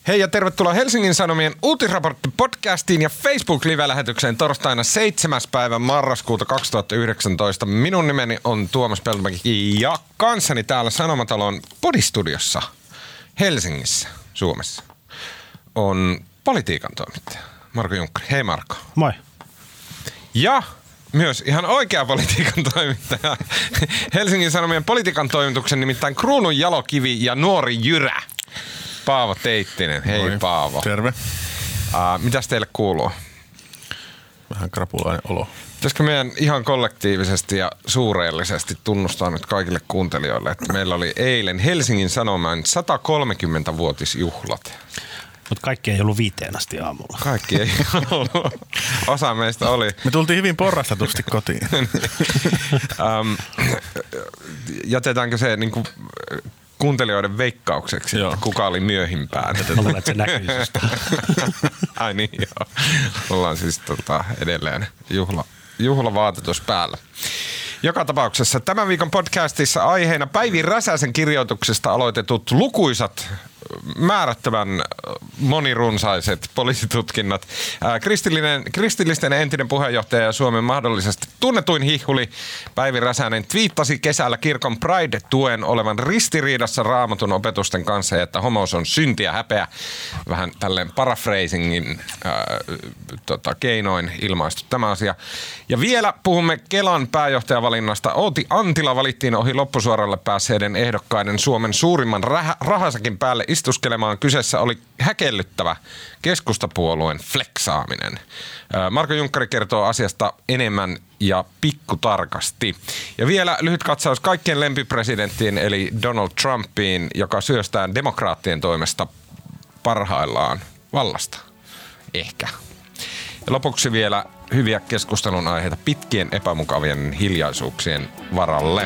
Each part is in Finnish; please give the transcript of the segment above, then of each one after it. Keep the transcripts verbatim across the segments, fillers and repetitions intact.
Hei ja tervetuloa Helsingin Sanomien uutisraportti-podcastiin ja Facebook-live-lähetykseen torstaina seitsemäs päivä marraskuuta kaksituhattayhdeksäntoista. Minun nimeni on Tuomas Peltomäki ja kanssani täällä Sanomatalon podistudiossa Helsingissä, Suomessa, on politiikan toimittaja Marko Junkkari. Hei Marko. Moi. Ja myös ihan oikea politiikan toimittaja Helsingin Sanomien politiikan toimituksen nimittäin Kruunun jalokivi ja nuori jyrä. Paavo Teittinen. Hei Moi. Paavo. Terve. Uh, mitäs teille kuuluu? Vähän krapulainen olo. Pitäisikö meidän ihan kollektiivisesti ja suureellisesti tunnustaa nyt kaikille kuuntelijoille, että meillä oli eilen Helsingin Sanoman satakolmekymmentävuotisjuhlat. Mutta kaikki ei ollut viiteen asti aamulla. Kaikki ei ollut. Osa meistä oli. Me tultiin hyvin porrastetusti kotiin. um, jätetäänkö se niin kuin kuuntelijoiden veikkaukseksi, joo, että kuka oli myöhimpään? Mä luulen, että se näkyy susta. Ai niin, joo. Ollaan siis tota, edelleen juhla, juhlavaatetus päällä. Joka tapauksessa tämän viikon podcastissa aiheena Päivi Räsäsen kirjoituksesta aloitetut lukuisat määrättävän monirunsaiset poliisitutkinnat. Kristillinen, kristillisten entinen puheenjohtaja ja Suomen mahdollisesti tunnetuin hihhuli Päivi Räsänen twiittasi kesällä kirkon Pride-tuen olevan ristiriidassa Raamatun opetusten kanssa ja että homous on synti ja häpeä. Vähän tälleen paraphrasingin äh, tota, keinoin ilmaistu tämä asia. Ja vielä puhumme Kelan pääjohtajavalinnasta. Outi Antila valittiin ohi loppusuoralle päässeiden ehdokkaiden Suomen suurimman rah- rahasakin päälle istuskelemaan. Kyseessä oli häkellyttävä keskustapuolueen fleksaaminen. Marko Junkkari kertoo asiasta enemmän ja pikkutarkasti. Ja vielä lyhyt katsaus kaikkien lempipresidenttiin eli Donald Trumpiin, joka syöstään demokraattien toimesta parhaillaan vallasta. Ehkä. Ja lopuksi vielä hyviä keskustelun aiheita pitkien epämukavien hiljaisuuksien varalle.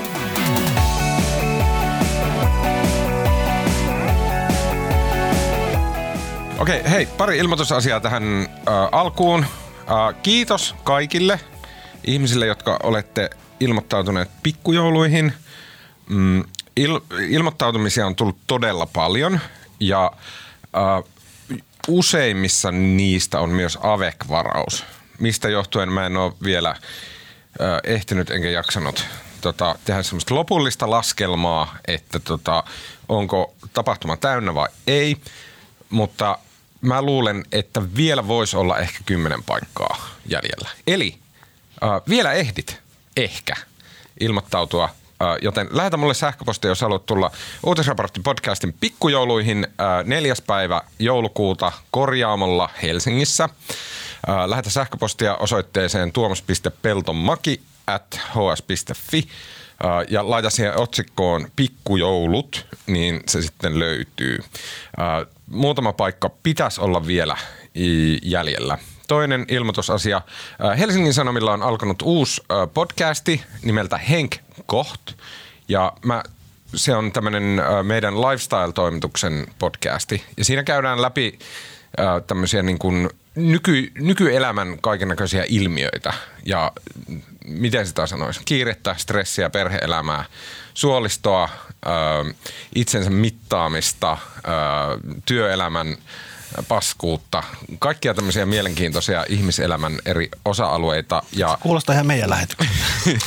Okei, okay, hei, pari ilmoitusasiaa tähän äh, alkuun. Äh, kiitos kaikille ihmisille, jotka olette ilmoittautuneet pikkujouluihin. Mm, il, ilmoittautumisia on tullut todella paljon ja äh, useimmissa niistä on myös A V E C-varaus, mistä johtuen mä en ole vielä äh, ehtinyt enkä jaksanut tota, tehdä semmoista lopullista laskelmaa, että tota, onko tapahtuma täynnä vai ei, mutta mä luulen, että vielä voisi olla ehkä kymmenen paikkaa jäljellä. Eli äh, vielä ehdit ehkä ilmoittautua, äh, joten lähetä mulle sähköpostia, jos haluat tulla Uutisraportti-podcastin pikkujouluihin äh, neljäs päivä joulukuuta Korjaamolla Helsingissä. Äh, lähetä sähköpostia osoitteeseen tuomas piste peltomaki at h s piste f i äh, ja laita siihen otsikkoon pikkujoulut, niin se sitten löytyy. Äh, Muutama paikka pitäisi olla vielä jäljellä. Toinen ilmoitusasia. Helsingin Sanomilla on alkanut uusi podcasti nimeltä Henk Koht. Ja mä, se on tämmöinen meidän lifestyle-toimituksen podcasti. Ja siinä käydään läpi tämmöisiä niin kuin nyky, nykyelämän kaikennäköisiä ilmiöitä. Ja miten sitä sanoisi? Kiirettä, stressiä, perhe-elämää, suolistoa, itsensä mittaamista, työelämän paskuutta, kaikkia tämmöisiä mielenkiintoisia ihmiselämän eri osa-alueita. Ja kuulostaa ihan meidän lähetykseltä.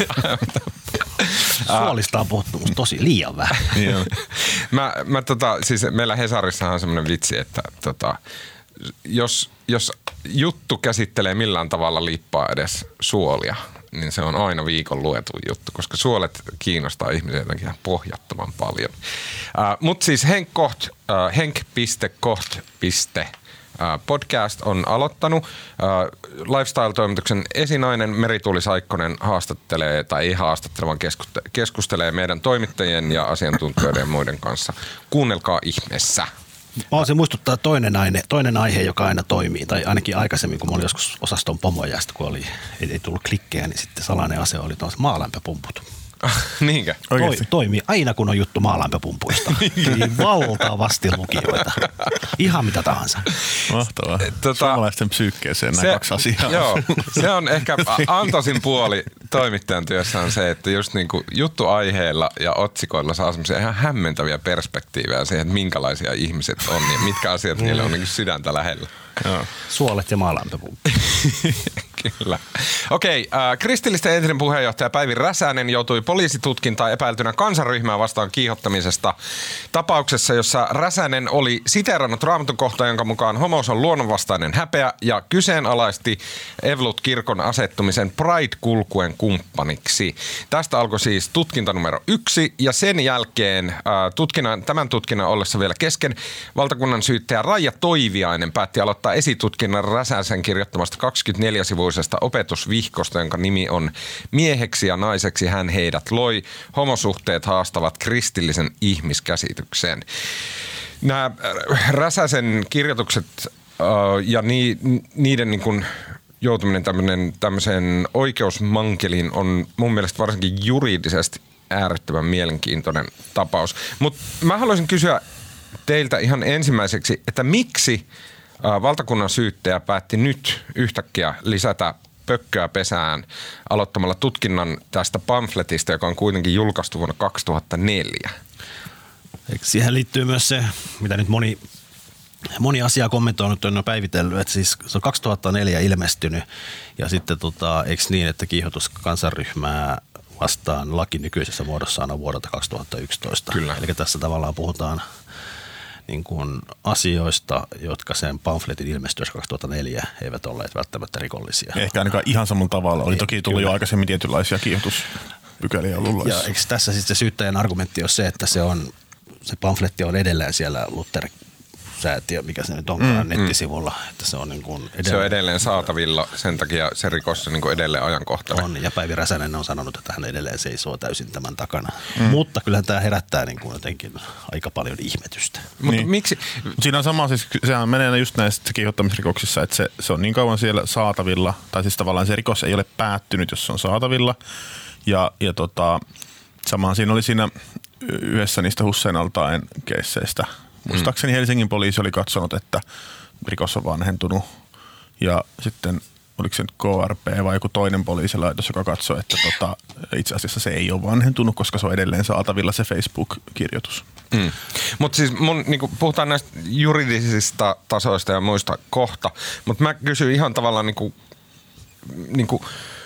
Suolista on puhuttu tosi liian vähän. mä, mä tota, siis meillä Hesarissahan on semmoinen vitsi, että tota, jos, jos juttu käsittelee millään tavalla liippaa edes suolia, niin se on aina viikon luetun juttu, koska suolet kiinnostaa ihmisiä jotenkin ihan pohjattoman paljon. Uh, Mutta siis henk koht, uh, henk piste koht piste podcast on aloittanut. Uh, Lifestyle-toimituksen esinainen Meri-Tuuli Saikkonen haastattelee, tai ei haastattele, vaan keskustelee meidän toimittajien ja asiantuntijoiden ja muiden kanssa. Kuunnelkaa ihmeessä. Oh, se muistuttaa toinen aihe, toinen aihe, joka aina toimii, tai ainakin aikaisemmin, kun mä olin joskus osaston pomoja, kun oli, ei, ei tullut klikkejä, niin sitten salainen ase oli tuossa maalämpöpumput. Niinkö? Toi, toimii aina, kun on juttu maalämpöpumpuista. Niin valtavasti lukijoita. Ihan mitä tahansa. Mahtavaa. Tota, suomalaisten psyykkeeseen nämä se, kaksi asiaa. Joo, se on ehkä antoisin puoli toimittajan työssä on se, että just niinku juttuaiheilla ja otsikoilla saa semmoisia ihan hämmentäviä perspektiivejä siihen, että minkälaisia ihmiset on ja mitkä asiat niille on niinku sydäntä lähellä. Joo. Suolet ja maalämpöpumppu. Kyllä. Okei, äh, kristillisten entinen puheenjohtaja Päivi Räsänen joutui poliisitutkintaan epäiltynä kansanryhmää vastaan kiihottamisesta tapauksessa, jossa Räsänen oli siteerannut Raamatun kohtaa, jonka mukaan homous on luonnonvastainen häpeä ja kyseenalaisti Evelut-kirkon asettumisen Pride-kulkuen kumppaniksi. Tästä alkoi siis tutkinta numero yksi ja sen jälkeen äh, tutkinnan, tämän tutkinnan ollessa vielä kesken valtakunnan syyttäjä Raija Toiviainen päätti aloittaa esitutkinnan Räsäsen kirjoittamasta kaksikymmentäneljä-sivuisesta opetusvihkosta, jonka nimi on Mieheksi ja naiseksi hän heidät loi. Homosuhteet haastavat kristillisen ihmiskäsityksen. Nämä Räsäsen kirjoitukset äh, ja ni, niiden niin kuin joutuminen tämmöiseen oikeusmankeliin on mun mielestä varsinkin juridisesti äärettömän mielenkiintoinen tapaus. Mutta mä haluaisin kysyä teiltä ihan ensimmäiseksi, että miksi valtakunnan syyttäjä päätti nyt yhtäkkiä lisätä pökköä pesään aloittamalla tutkinnan tästä pamfletista, joka on kuitenkin julkaistu vuonna kaksituhattaneljä. Siihen liittyy myös se, mitä nyt moni, moni asia kommentoinut on jo päivitellyt, että siis se on kaksituhattaneljä ilmestynyt ja sitten tota, eikö niin, että kiihotus kansanryhmää vastaan laki nykyisessä muodossaan on vuodelta kaksituhattayksitoista. Kyllä. Eli tässä tavallaan puhutaan niin kuin asioista, jotka sen pamfletin ilmestyessä kaksituhattaneljä eivät olleet välttämättä rikollisia. Ehkä ainakaan ihan samalla tavalla. Oli toki tullut Kyllä. jo aikaisemmin tietynlaisia kiihotuspykäliä lullaissa. Ja eikö tässä sitten se syyttäjän argumentti ole se, että se, on, se pamfletti on edelleen siellä Luther-säätiö, mikä se nyt onkaan mm, nettisivulla. Että se, on niin kuin edelleen, se on edelleen saatavilla, sen takia se rikos on niin kuin edelleen ajankohtainen. On, ja Päivi Räsänen on sanonut, että hän edelleen seisoo täysin tämän takana. Mm. Mutta kyllähän tämä herättää niin kuin jotenkin aika paljon ihmetystä. Mutta niin. miksi? Siinä on sama, siis sehän menee just näissä kiihottamisrikoksissa, että se, se on niin kauan siellä saatavilla, tai siis tavallaan se rikos ei ole päättynyt, jos se on saatavilla. Ja, ja tota, samaan siinä oli siinä yhdessä niistä Hussein al-Taen keisseistä. Muistaakseni Helsingin poliisi oli katsonut, että rikos on vanhentunut ja sitten oliko se nyt K R P vai joku toinen poliisilaitos, joka katsoi, että tota, itse asiassa se ei ole vanhentunut, koska se on edelleen saatavilla se Facebook-kirjoitus. Mm. Mutta siis mun, niinku, puhutaan näistä juridisista tasoista ja muista kohta, mutta mä kysyn ihan tavallaan niinku, niinku,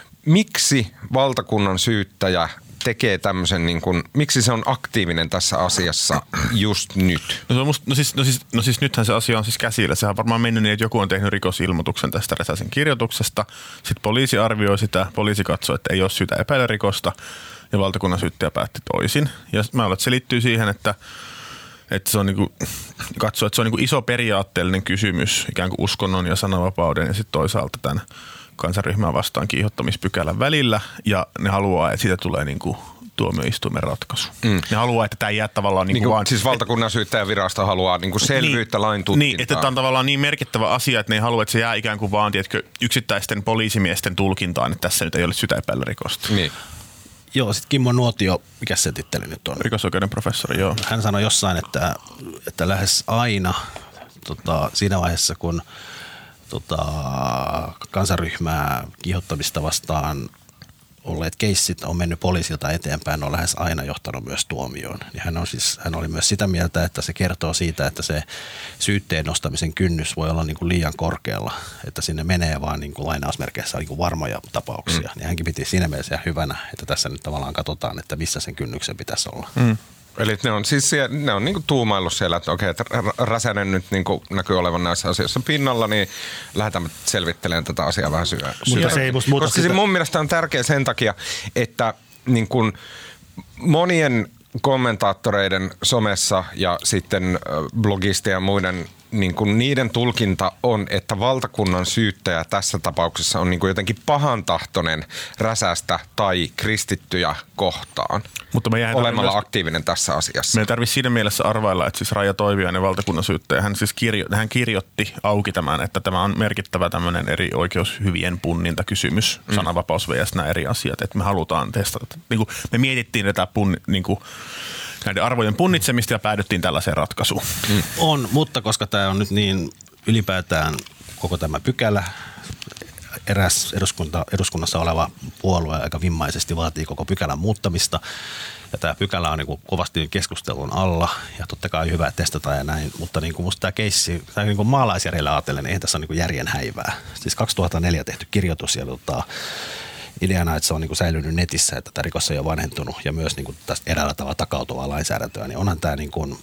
miksi valtakunnan syyttäjä tekee tämmöisen, niin kuin, miksi se on aktiivinen tässä asiassa just nyt? No, se on musta, no, siis, no, siis, no siis nythän se asia on siis käsillä. Sehän on varmaan mennyt niin, että joku on tehnyt rikosilmoituksen tästä Räsäsen kirjoituksesta. Sitten poliisi arvioi sitä, poliisi katsoo, että ei ole syytä epäillä rikosta ja valtakunnan syyttäjä päätti toisin. Ja mä luulen, että se liittyy siihen, että, että se on niin kuin, katsoo, että se on niin kuin iso periaatteellinen kysymys ikään kuin uskonnon ja sananvapauden ja sitten toisaalta tämän kansanryhmää vastaan kiihottamispykälän välillä ja ne haluaa, että siitä tulee niin kuin tuomioistuimen ratkaisu. Mm. Ne haluaa, että tämä ei jää tavallaan niin kuin niin vaan... Siis valtakunnan syyttäjävirasto haluaa niin kuin selvyyttä niin, lain tutkintaan. Niin, että tämä on tavallaan niin merkittävä asia, että ne ei halua, että se jää ikään kuin vaan tiedätkö, yksittäisten poliisimiesten tulkintaan, että tässä nyt ei ole syytä epäillä rikosta. Niin. Joo, sitten Kimmo Nuotio, mikä se titteli nyt on? Rikosoikeuden professori, joo. Hän sanoi jossain, että, että lähes aina tota, siinä vaiheessa, kun tota, kansanryhmää kiihottamista vastaan olleet keissit on mennyt poliisilta eteenpäin, ne on lähes aina johtanut myös tuomioon. Ja hän, on siis, hän oli myös sitä mieltä, että se kertoo siitä, että se syytteen nostamisen kynnys voi olla niin kuin liian korkealla, että sinne menee vaan niin kuin lainausmerkeissä niin kuin varmoja tapauksia. Mm. Niin hänkin piti siinä mielessä hyvänä, että tässä nyt tavallaan katsotaan, että missä sen kynnyksen pitäisi olla. Mm. Eli ne on siis ne on niinku tuumaillut siellä, että okei, että Räsänen nyt niinku näkyy olevan näissä asioissa pinnalla, niin lähdetään selvittelemään tätä asiaa vähän syvään. Mutta se ei musta muuta Koska sitä... mun mielestä on tärkeä sen takia, että niin kun monien kommentaattoreiden somessa ja sitten blogistien ja muiden, niin kun niiden tulkinta on, että valtakunnan syyttäjä tässä tapauksessa on niin kun jotenkin pahantahtoinen Räsästä tai kristittyjä kohtaan. Mutta me olemalla myös aktiivinen tässä asiassa. Me ei tarvitse siinä mielessä arvailla, että siis Raija Toiviainen valtakunnan syyttäjä, hän siis kirjo, hän kirjoitti auki tämän, että tämä on merkittävä tämmöinen eri oikeushyvien punnintakysymys, mm. sananvapaus versus nämä eri asiat, että me halutaan testata. Niin kuin me mietittiin tätä pun, niin kuin näiden arvojen punnitsemista ja päädyttiin tällaiseen ratkaisuun. Mm. On, mutta koska tämä on nyt niin ylipäätään koko tämä pykälä eräs eduskunta, eduskunnassa oleva puolue aika vimmaisesti vaatii koko pykälän muuttamista. Ja tämä pykälä on niin kuin kovasti keskustelun alla ja totta kai hyvä testata ja näin, mutta niin kuin musta tämä keissi, tämä niin kuin maalaisjärjellä ajatellen, niin eihän tässä ole niin kuin järjen häivää. Siis kaksituhattaneljä tehty kirjoitus ja tota, ideana, että se on niin kuin säilynyt netissä, että tämä rikos ei ole vanhentunut ja myös niin kuin tästä eräällä tavalla takautuvaa lainsäädäntöä, niin onhan tämä niin kuin,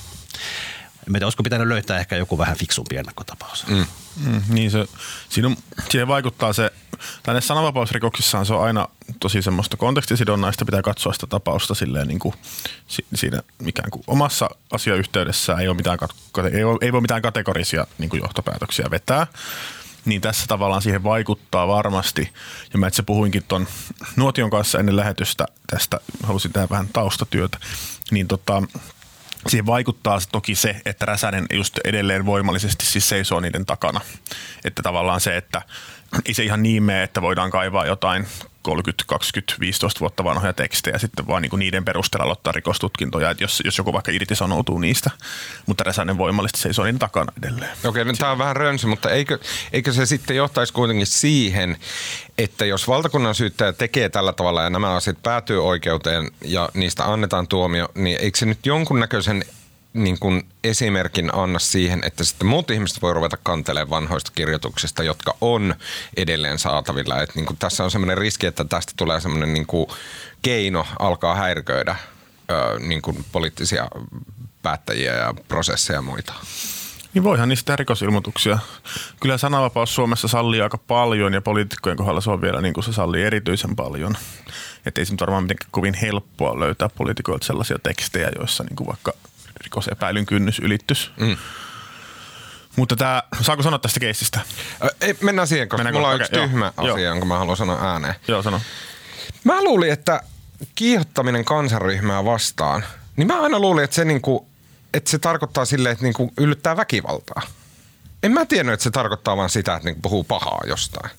en tiedä, olisiko pitänyt löytää ehkä joku vähän fiksumpi ennakkotapaus. Mm. Mm, niin se, siinä on, siihen vaikuttaa se, tänne sananvapausrikoksissaan se on aina tosi semmoista kontekstisidonnaista, pitää katsoa sitä tapausta silleen niin kuin siinä ikään kuin omassa asiayhteydessään ei, ole mitään, ei, ole, ei voi mitään kategorisia niin kuin johtopäätöksiä vetää. Niin tässä tavallaan siihen vaikuttaa varmasti. Ja mä itse puhuinkin ton Nuotion kanssa ennen lähetystä tästä, halusin tehdä vähän taustatyötä, niin tota, siihen vaikuttaa toki se, että Räsänen just edelleen voimallisesti siis seisoo niiden takana. Että tavallaan se, että ei se ihan niin mene, että voidaan kaivaa jotain kolmekymmentä, kaksikymmentä, viisitoista vuotta vanhoja tekstejä sitten vaan niinku niiden perusteella aloittaa rikostutkintoja, että jos, jos joku vaikka irtisanoutuu niistä, mutta Räsänen voimallisesti seisoo niiden takana edelleen. Okei, nyt tämä on vähän rönsi, mutta eikö, eikö se sitten johtaisi kuitenkin siihen, että jos valtakunnan syyttäjä tekee tällä tavalla ja nämä asiat päätyy oikeuteen ja niistä annetaan tuomio, niin eikö se nyt jonkunnäköisen niin kuin esimerkin anna siihen, että sitten muut ihmiset voi ruveta kantelemaan vanhoista kirjoituksista, jotka on edelleen saatavilla. Että niin kuin tässä on semmoinen riski, että tästä tulee semmoinen niin kuin keino alkaa häiriköidä ö, niin kuin poliittisia päättäjiä ja prosesseja ja muita. Niin voihan niistä rikosilmoituksia. Kyllä sananvapaus Suomessa sallii aika paljon ja poliitikkojen kohdalla se on vielä niin kuin se sallii erityisen paljon. Että ei se nyt varmaan mitenkään kovin helppoa löytää poliitikoilta sellaisia tekstejä, joissa niin kuin vaikka rikosepäilyn kynnys ylittyisi. Mm. Mutta tämä, saako sanoa tästä keissistä? Ei, mennään siihen, koska Mennäänkö? mulla on okay, yksi tyhmä joo, asia, joo. jonka mä haluan sanoa ääneen. Joo, sano. Mä luulin, että kiihottaminen kansanryhmää vastaan, niin mä aina luulin, että se, niinku, että se tarkoittaa silleen, että niinku yllyttää väkivaltaa. En mä tiennyt, että se tarkoittaa vaan sitä, että niinku puhuu pahaa jostain.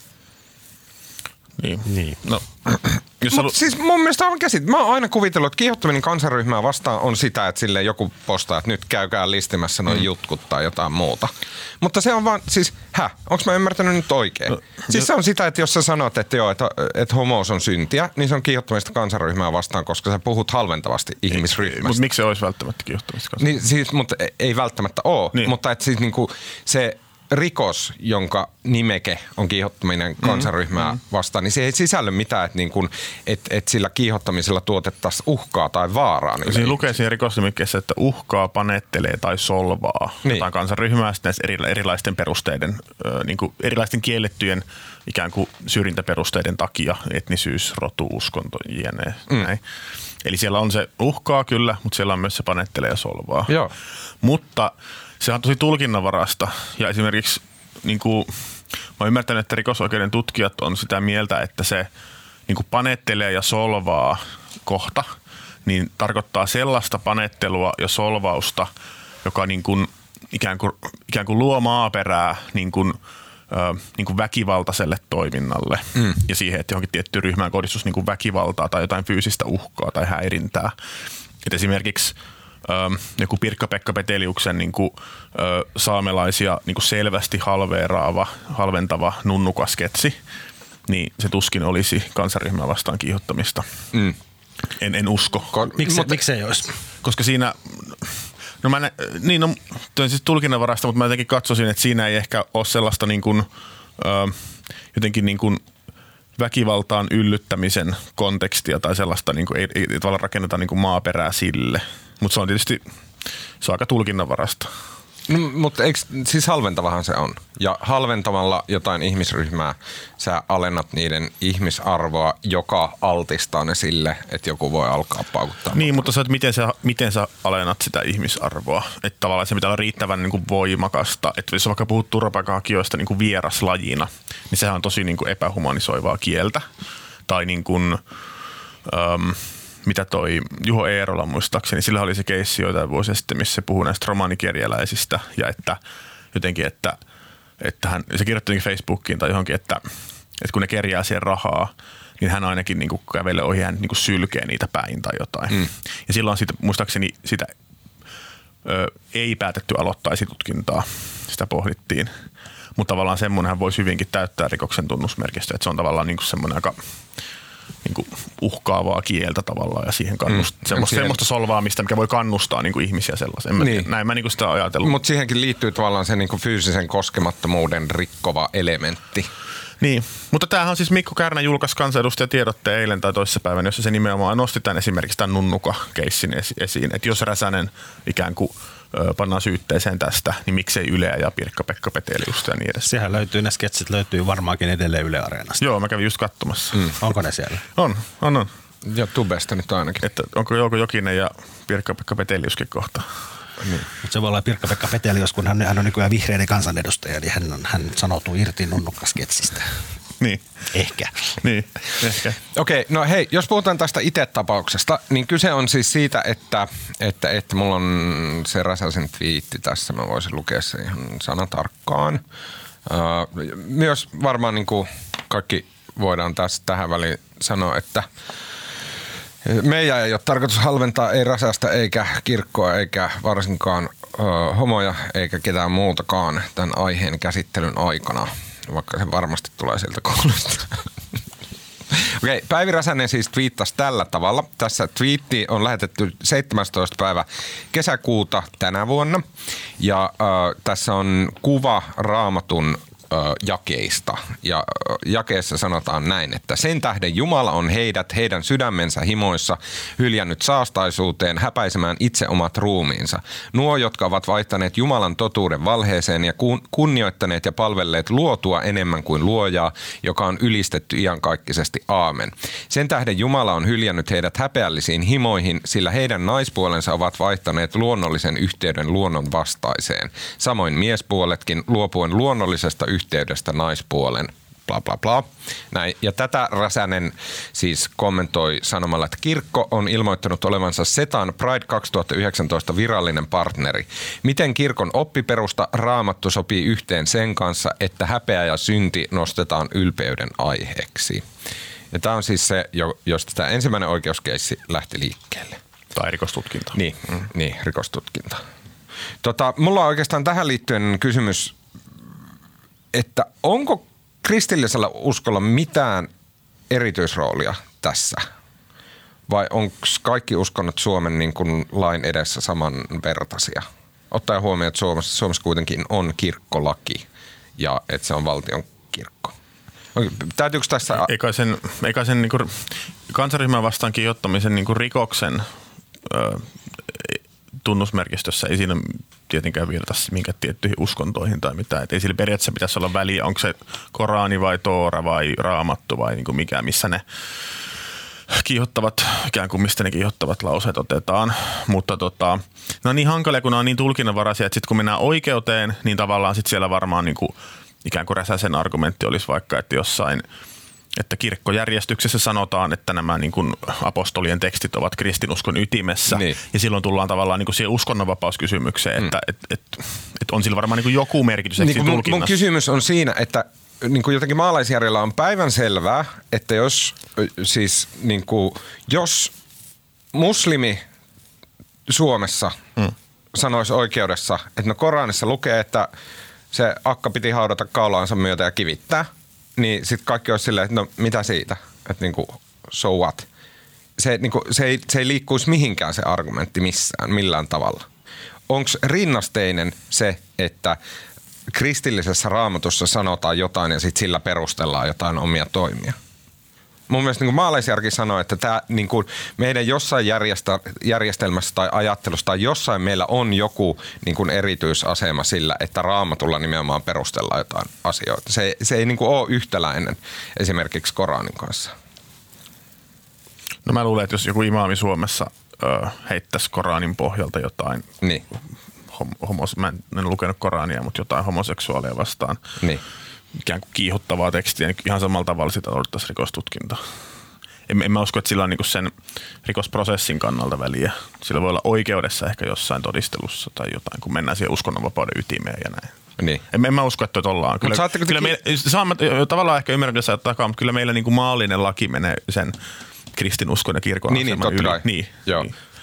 Niin. niin. No. Mutta halu... siis mun mielestä on käsit. Mä oon aina kuvitellut, että kiihottaminen kansanryhmää vastaan on sitä, että silleen joku postaa, että nyt käykää listimässä noin mm. jutkut tai jotain muuta. Mutta se on vaan, siis hä, onko mä ymmärtänyt nyt oikein? No, siis jo. Se on sitä, että jos sä sanot, että joo, että, että homous on syntiä, niin se on kiihottamista kansanryhmää vastaan, koska sä puhut halventavasti ihmisryhmästä. Mutta miksi se olisi välttämättä kiihottamista kansanryhmää? Niin siis, mutta ei välttämättä ole, niin. Mutta että siis niinku se rikos, jonka nimeke on kiihottaminen kansanryhmää mm, vastaan, niin se ei sisällä mitään, että, niin kuin, että, että sillä kiihottamisella tuotettaisiin uhkaa tai vaaraa. Niin siinä lukee siinä rikosnimikkeessä, että uhkaa, panettelee tai solvaa niin. jotain kansanryhmää sitten erilaisten perusteiden, niin kuin erilaisten kiellettyjen ikään kuin syrjintäperusteiden takia, etnisyys, rotu, uskonto, jne. Mm. Eli siellä on se uhkaa kyllä, mutta siellä on myös se panettelee ja solvaa. Joo. Mutta se on tosi tulkinnanvarasta ja esimerkiksi niin kuin, mä oon ymmärtänyt, että rikosoikeuden tutkijat on sitä mieltä, että se niin kuin panettelee ja solvaa kohta, niin tarkoittaa sellaista panettelua ja solvausta, joka niin kuin, ikään, kuin, ikään kuin luo maaperää niin kuin, ö, niin kuin väkivaltaiselle toiminnalle mm. ja siihen, että johonkin tiettyyn ryhmään kohdistus niin kuin väkivaltaa tai jotain fyysistä uhkaa tai häirintää. Et esimerkiksi Öö, joku Pirkka-Pekka Peteliuksen niin kuin, öö, saamelaisia niin kuin selvästi halveeraava, halventava nunnukasketsi, niin se tuskin olisi kansanryhmää vastaan kiihottamista. Mm. En, en usko. Miksi Mik ei olisi? Koska siinä, no mä nä, niin no, on siis tulkinnanvarasta, mutta mä jotenkin katsoisin, että siinä ei ehkä ole sellaista niin kuin, öö, jotenkin niin kuin väkivaltaan yllyttämisen kontekstia tai sellaista, niin kuin, ei, ei tavallaan rakenneta niin kuin maaperää sille. Mutta se on tietysti, se on aika tulkinnanvarasta. No, mutta eikö, siis halventavahan se on. Ja halventamalla jotain ihmisryhmää sä alennat niiden ihmisarvoa, joka altistaa ne sille, että joku voi alkaa paukuttaa. Niin, mutta se, että miten sä, miten sä alennat sitä ihmisarvoa. Että tavallaan se pitää olla riittävän niin kuin voimakasta. Että jos vaikka puhut turvapaikanhakijoista niin kuin vieraslajina, niin sehän on tosi niin kuin epähumanisoivaa kieltä. Tai niin kuin, Um, mitä toi Juho Eerola muistaakseni, sillä oli se keissi joitain vuosia sitten, missä se puhui näistä romaanikerjäläisistä ja että jotenkin, että, että hän, se kirjoitti Facebookiin tai johonkin, että, että kun ne kerjää siihen rahaa, niin hän ainakin niin kuin kävelee ohi, hän niin kuin sylkee niitä päin tai jotain. Mm. Ja silloin siitä, muistaakseni sitä ö, ei päätetty aloittaa esitutkintaa. Sitä pohdittiin. Mutta tavallaan semmoinenhan voisi hyvinkin täyttää rikoksen tunnusmerkistöä, että se on tavallaan niin kuin semmoinen aika niin kuin uhkaavaa kieltä tavallaan ja siihen kannustaa. Mm, semmoista, siihen... semmoista solvaamista, mikä voi kannustaa niin kuin ihmisiä sellaisen. Niin. Näin mä niin kuin sitä ajatellut. Mutta siihenkin liittyy tavallaan se niin kuin fyysisen koskemattomuuden rikkova elementti. Niin, mutta tämähän on siis Mikko Kärnä julkaisi kansanedustajatiedotteen eilen tai toissapäivänä, jossa se nimenomaan nosti tämän esimerkiksi tämän Nunnuka-keissin esiin, että jos Räsänen ikään kuin ö, pannaan syytteeseen tästä, niin miksei Yleä ja Pirkka-Pekka Peteliusta ja niin edes. Sehän löytyy, ne sketsit löytyy varmaankin edelleen Yle Areenasta. Joo, mä kävin just katsomassa. Mm. Onko ne siellä? On, on, on. Ja Tubesta nyt ainakin. Että onko Jouko Jokinen ja Pirkka-Pekka Peteliuskin kohta? Niin. Mutta se voi olla Pirkka-Pekka Petelius, kun hän, hän on nykyään vihreiden kansanedustaja, niin hän, on, hän sanoutuu irti Nunnukka-sketsistä. Niin. Ehkä. Niin, ehkä. Okei, okay, no hei, jos puhutaan tästä itse-tapauksesta, niin kyse on siis siitä, että, että, että mulla on se Räsäsen twiitti tässä, mä voisin lukea sen ihan sanatarkkaan. Uh, myös varmaan niin kuin kaikki voidaan tässä tähän väliin sanoa, että meidän ei ole tarkoitus halventaa ei Räsästä eikä kirkkoa eikä varsinkaan ö, homoja eikä ketään muutakaan tämän aiheen käsittelyn aikana, vaikka se varmasti tulee sieltä koulusta. Okei, Päivi Räsänen siis twiittasi tällä tavalla. Tässä twiitti on lähetetty seitsemästoista päivä kesäkuuta tänä vuonna ja ö, tässä on kuva Raamatun jakeista. Ja jakeessa sanotaan näin, että sen tähden Jumala on heidät heidän sydämensä himoissa hyljännyt saastaisuuteen häpäisemään itse omat ruumiinsa. Nuo, jotka ovat vaihtaneet Jumalan totuuden valheeseen ja kunnioittaneet ja palvelleet luotua enemmän kuin luojaa, joka on ylistetty iankaikkisesti. Aamen. Sen tähden Jumala on hyljännyt heidät häpeällisiin himoihin, sillä heidän naispuolensa ovat vaihtaneet luonnollisen yhteyden luonnon vastaiseen. Samoin miespuoletkin luopuen luonnollisesta yhteydestä naispuolen, bla bla bla. Näin. Ja tätä Räsänen siis kommentoi sanomalla, että kirkko on ilmoittanut olevansa Setan Pride kaksituhattayhdeksäntoista virallinen partneri. Miten kirkon oppiperusta Raamattu sopii yhteen sen kanssa, että häpeä ja synti nostetaan ylpeyden aiheeksi? Ja tämä on siis se, josta tämä ensimmäinen oikeuskeissi lähti liikkeelle. Tai rikostutkinta. Niin, mm. niin rikostutkinta. Tota, mulla on oikeastaan tähän liittyen kysymys, että onko kristillisellä uskolla mitään erityisroolia tässä? Vai onko kaikki uskonnot Suomen niin kuin lain edessä samanvertaisia? Ottaen huomioon, että Suomessa, Suomessa kuitenkin on kirkkolaki ja että se on valtion kirkko. Täytyykö tässä... Eikä sen, eikä sen niin kuin kansanryhmän vastaan kiihottamisen niin kuin rikoksen ö, tunnusmerkistössä ei siinä tietenkään viitata minkä tiettyihin uskontoihin tai mitään. Et ei sillä periaatteessa pitäisi olla väliä, onko se Korani vai Toora vai Raamattu vai niin kuin mikä, missä ne kiihottavat, ikään kuin mistä ne kiihottavat lauseet otetaan. Mutta tota, no niin hankalia, kun ne on niin tulkinnanvaraisia, että sitten kun mennään oikeuteen, niin tavallaan sitten siellä varmaan niin kuin, ikään kuin Räsäsen argumentti olisi vaikka, että jossain että kirkkojärjestyksessä sanotaan, että nämä niin kuin apostolien tekstit ovat kristinuskon ytimessä. Niin. Ja silloin tullaan tavallaan niin kuin siihen uskonnonvapauskysymykseen, että mm. et, et, et on sillä varmaan niin kuin joku merkitys niin mun, mun kysymys on siinä, että niin kuin jotenkin maalaisjärjellä on päivänselvää, että jos, siis, niin kuin, jos muslimi Suomessa mm. sanoisi oikeudessa, että no Koranissa lukee, että se akka piti haudata kaulaansa myötä ja kivittää, niin sitten kaikki olisi silleen, että no mitä siitä, että niinku so what. Se, niinku, se, ei, se ei liikkuisi mihinkään se argumentti missään, millään tavalla. Onko rinnasteinen se, että kristillisessä Raamatussa sanotaan jotain ja sitten sillä perustellaan jotain omia toimia? Mun mielestä niin kuin maalaisjärki sanoo, että tämä, niin kuin meidän jossain järjestä, järjestelmässä tai ajattelussa tai jossain meillä on joku niin kuin erityisasema sillä, että Raamatulla nimenomaan perustellaan jotain asioita. Se, se ei niin kuin ole yhtäläinen esimerkiksi Koranin kanssa. No mä luulen, että jos joku imaami Suomessa ö, heittäisi Koranin pohjalta jotain, niin. homos, mä en lukenut Korania, mutta jotain homoseksuaalia vastaan, niin. ikään kuin kiihottavaa tekstiä, niin ihan samalla tavalla sitä odottaisi rikostutkinta. En, en mä usko, että sillä on niinku sen rikosprosessin kannalta väliä. Sillä voi olla oikeudessa ehkä jossain todistelussa tai jotain, kun mennään siihen uskonnonvapauden ytimeen ja näin. Niin. En, en mä usko, että ollaan. Kyllä, kyllä me, saamme, tavallaan ehkä ymmärrän, että takaa, mutta kyllä meillä niinku maallinen laki menee sen kristinuskon ja kirkon niin, aseman niin, yli. Niin, Joo. niin.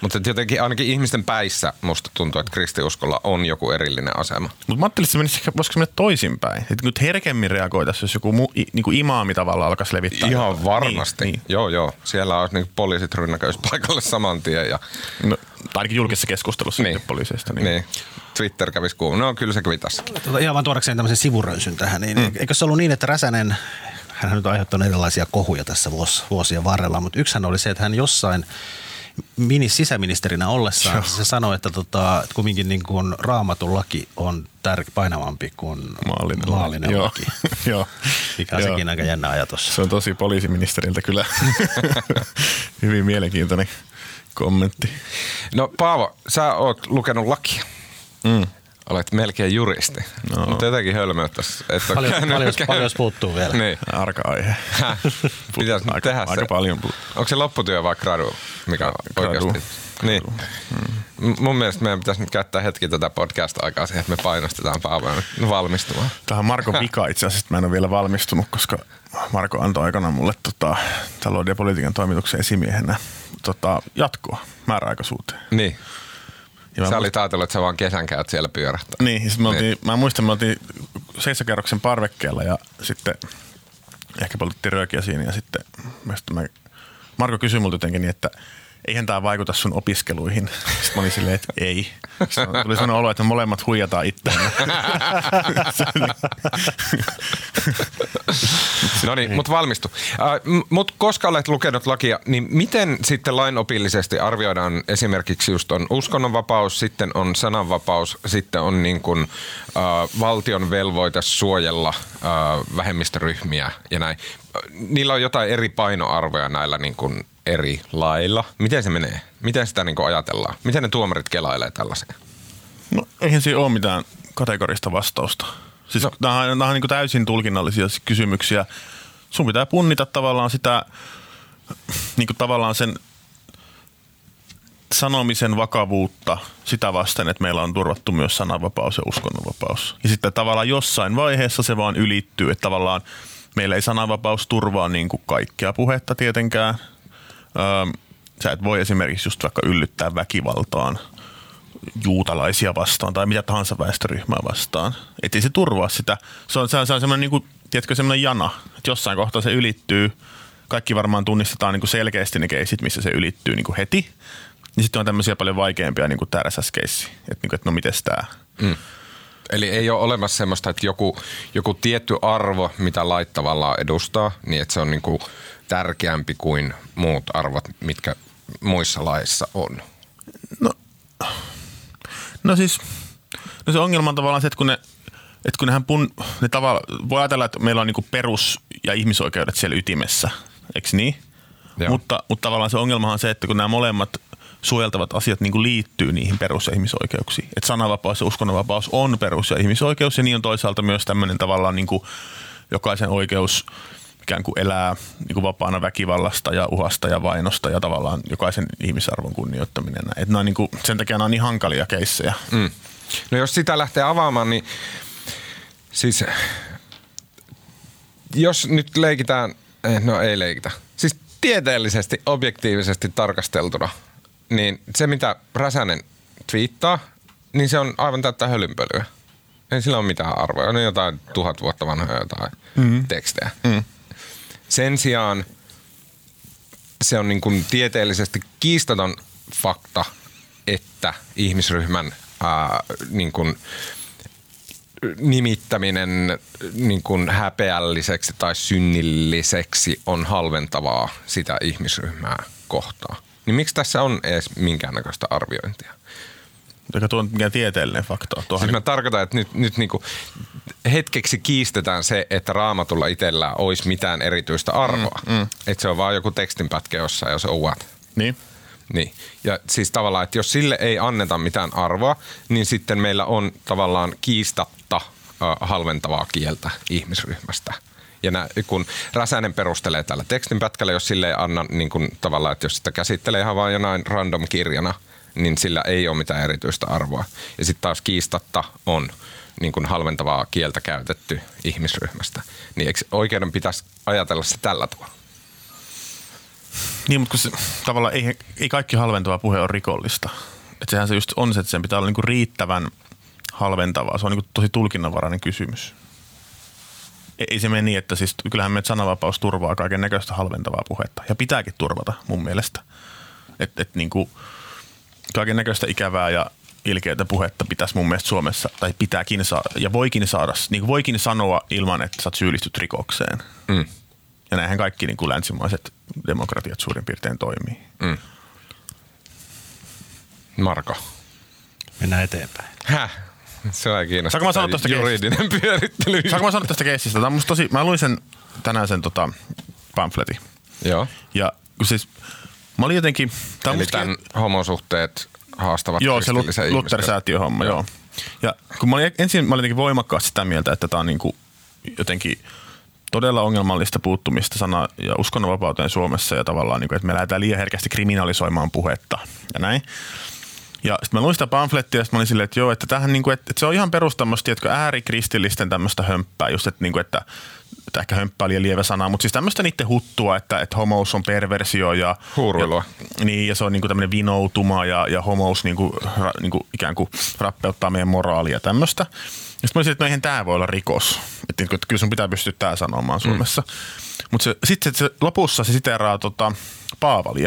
Mutta jotenkin ainakin ihmisten päissä musta tuntuu, että kristiuskolla on joku erillinen asema. Mutta mä ajattelin, että se menisi, voisiko se mennä toisinpäin. Että nyt herkemmin reagoitaisiin, jos joku mu, niin kuin imaami tavallaan alkaisi levittää. Ihan jotain. varmasti. Niin, niin. Joo, joo. Siellä olisi niin poliisit rynnäköisi paikalle saman tien. Ja... No, tai ainakin julkisessa keskustelussa niin. poliiseista. Niin. niin. Twitter kävisi kuulla. No kyllä se kävi tässäkin. Tota, ihan vaan tuodakseen tämmöisen sivurönsyn tähän. Niin mm. Eikö se ollut niin, että Räsänen, hän nyt on aiheuttanut erilaisia kohuja tässä vuos, vuosien varrella, mutta yksihän oli se, että hän jossain minis sisäministerinä ollessaan Joo. se sanoi, että, tota, että kumminkin niin kuin Raamatun laki on tär- painavampi kuin maallinen, maallinen Joo. laki. Joo. Mikä on Joo. sekin aika jännä ajatus. Se on tosi poliisiministeriltä kyllä hyvin mielenkiintoinen kommentti. No Paavo, sä oot lukenut lakia. Mm. Olet melkein juristi, no. Mutta jotenkin hölmöyttäisi. Paljon, paljon, paljon puuttuu vielä. Niin. Arka aihe. Pitäisi aika, tehdä aika se. paljon puuttuu. Onko se lopputyö vai gradu? Mikä gradu. Oikeasti? Niin. Mm. Mun mielestä meidän pitäisi nyt käyttää hetki tätä podcast-aikaa siihen, että me painostetaan Paavoa valmistumaan. Tähän Markon vika itse asiassa, mä en ole vielä valmistunut, koska Marko antoi aikanaan mulle tota, talouden ja politiikan toimituksen esimiehenä tota, jatkoa määräaikaisuuteen. Niin. Ja sä olit ajatellut, että sä vaan kesän käyt siellä pyörähtää. Niin, siis me oltiin, niin. Mä muistan, me oltiin seitsemänkerroksen parvekkeella ja sitten ehkä poltettiin röökiä siinä ja sitten mä, Marko kysyi multa jotenkin niin, että eihän tää vaikuta sun opiskeluihin. Sitten mä olin silleen, että ei. Sitten tuli sellainen olo, että me molemmat huijataan itseämme. No niin, mutta valmistu. Uh, mutta koska olet lukenut lakia, niin miten sitten lainopillisesti arvioidaan esimerkiksi just on uskonnonvapaus, sitten on sananvapaus, sitten on niin kuin, uh, valtion velvoite suojella uh, vähemmistöryhmiä ja näin. Niillä on jotain eri painoarvoja näillä niin kuin eri lailla. Miten se menee? Miten sitä niin kuin ajatellaan? Miten ne tuomarit kelailee tällaisia? No eihän siinä ole mitään kategorista vastausta. Siis no. Nämä on, nämä on niin kuin täysin tulkinnallisia kysymyksiä. Sun pitää punnita tavallaan sitä, niin kuin tavallaan sen sanomisen vakavuutta sitä vasten, että meillä on turvattu myös sananvapaus ja uskonnonvapaus. Ja sitten tavallaan jossain vaiheessa se vaan ylittyy, että tavallaan meillä ei sananvapaus turvaa niin kuin kaikkea puhetta tietenkään. Öö, sä et voi esimerkiksi just vaikka yllyttää väkivaltaan juutalaisia vastaan tai mitä tahansa väestöryhmää vastaan. Että ei se turvaa sitä. Se on, se on semmoinen, niin kuin, tiedätkö, semmoinen jana, että jossain kohtaa se ylittyy. Kaikki varmaan tunnistetaan niin kuin selkeästi ne keisit, missä se ylittyy niin kuin heti. Ja sitten on tämmöisiä paljon vaikeampia, niin kuin tämä R S S-keissi. Että, että no mites tämä? Mm. Eli ei ole olemassa semmoista, että joku, joku tietty arvo, mitä lait tavallaan edustaa, niin että se on niin kuin tärkeämpi kuin muut arvot, mitkä muissa laissa on. No, no siis, no se ongelma on tavallaan se, että kun ne, että kun nehän pun, ne tavallaan, voi ajatella, että meillä on niin kuin perus- ja ihmisoikeudet siellä ytimessä, eikö niin? Mutta, mutta tavallaan se ongelmahan on se, että kun nämä molemmat suojeltavat asiat niin kuin liittyy niihin perus- ja ihmisoikeuksiin. Että sananvapaus ja uskonnonvapaus on perus- ja ihmisoikeus ja niin on toisaalta myös tämmöinen tavallaan niin kuin jokaisen oikeus ikään kuin elää niin kuin vapaana väkivallasta ja uhasta ja vainosta ja tavallaan jokaisen ihmisarvon kunnioittaminen. Että on niin kuin, sen takia nämä on niin hankalia keissejä. Mm. No jos sitä lähtee avaamaan, niin siis jos nyt leikitään, no ei leikitä, siis tieteellisesti, objektiivisesti tarkasteltuna, niin se mitä Räsänen twiittaa, niin se on aivan täyttä hölynpölyä. Ei sillä ole mitään arvoja. On jotain tuhat vuotta vanhoja jotain mm-hmm. tekstejä. Mm. Sen sijaan se on niin kuin tieteellisesti kiistaton fakta, että ihmisryhmän ää, niin kuin nimittäminen niin kuin häpeälliseksi tai synnilliseksi on halventavaa sitä ihmisryhmää kohtaan. Niin miksi tässä on edes minkäännäköistä arviointia? Eikä tuo mikään tieteellinen fakta. Siis mä tarkoitan, että nyt, nyt niinku hetkeksi kiistetään se, että Raamatulla itsellään olisi mitään erityistä arvoa. Mm, mm. Että se on vaan joku tekstinpätkä jossain, jos on what. Niin. Niin. Ja siis tavallaan, että jos sille ei anneta mitään arvoa, niin sitten meillä on tavallaan kiistatta äh, halventavaa kieltä ihmisryhmästä. Ja nää, kun Räsänen perustelee tällä tekstinpätkällä, jos sille ei anna niin kun, tavallaan, että jos sitä käsittelee ihan vaan jonain random kirjana, niin sillä ei ole mitään erityistä arvoa. Ja sitten taas kiistatta on niin kuin halventavaa kieltä käytetty ihmisryhmästä. Niin eikö oikeuden pitäisi ajatella se tällä tavalla? Niin, mutta se, tavallaan ei, ei kaikki halventava puhe ole rikollista. Että sehän se just on se, että sen pitää olla niinku riittävän halventavaa. Se on niinku tosi tulkinnanvarainen kysymys. Ei se mene niin, että siis kyllähän meidän sananvapaus turvaa kaiken näköistä halventavaa puhetta. Ja pitääkin turvata mun mielestä. Että et niinku kaiken näköistä ikävää ja ilkeätä puhetta pitäisi mun mielestä Suomessa, tai pitääkin saada, ja voikin saada, niin voikin sanoa ilman, että sä syyllistyt rikokseen. Mm. Ja näinhän kaikki niin kuin länsimaiset demokratiat suurin piirtein toimii. Mm. Marko. Mennään eteenpäin. Häh? Se on kiinnostaa. Saanko mä sanoa tästä juridinen pyörittely? Saanko mä sanoa tästä keissistä? Tämä on musta tosi, mä luin sen tänään sen tota, pamfletin. Joo. Ja siis mä olin jotenkin... Eli musta tämän ke... homosuhteet haastavat joo, kristillisen se Luther-säätiön homma, joo. joo. Ja kun mä olin, ensin mä olin jotenkin voimakkaasti sitä mieltä, että tämä on niin kuin jotenkin todella ongelmallista puuttumista sana- ja uskonnonvapauteen Suomessa ja tavallaan, niin kuin, että me lähdetään liian herkästi kriminalisoimaan puhetta ja näin. Ja sitten mä luin sitä pamflettia ja sitten mä olin silleen, että joo, että, tämähän, niin kuin, että, että se on ihan perustamasti, että äärikristillisten tämmöistä hömppää, just että, niin kuin, että että ehkä hömppää oli lievä sana, mutta siis tämmöistä niiden huttua, että, että homous on perversio ja... Huuruilua. Ja, niin, ja se on niinku tämmöinen vinoutuma ja, ja homous niinku, ra, niinku ikään kuin rappeuttaa meidän moraalia ja tämmöistä. Ja sitten mä olisin, että no eihän tää voi olla rikos. Että, että kyllä sun pitää pystyä tää sanomaan Suomessa. Mm. Mutta sitten se, lopussa se siteeraa tota, Paavalia.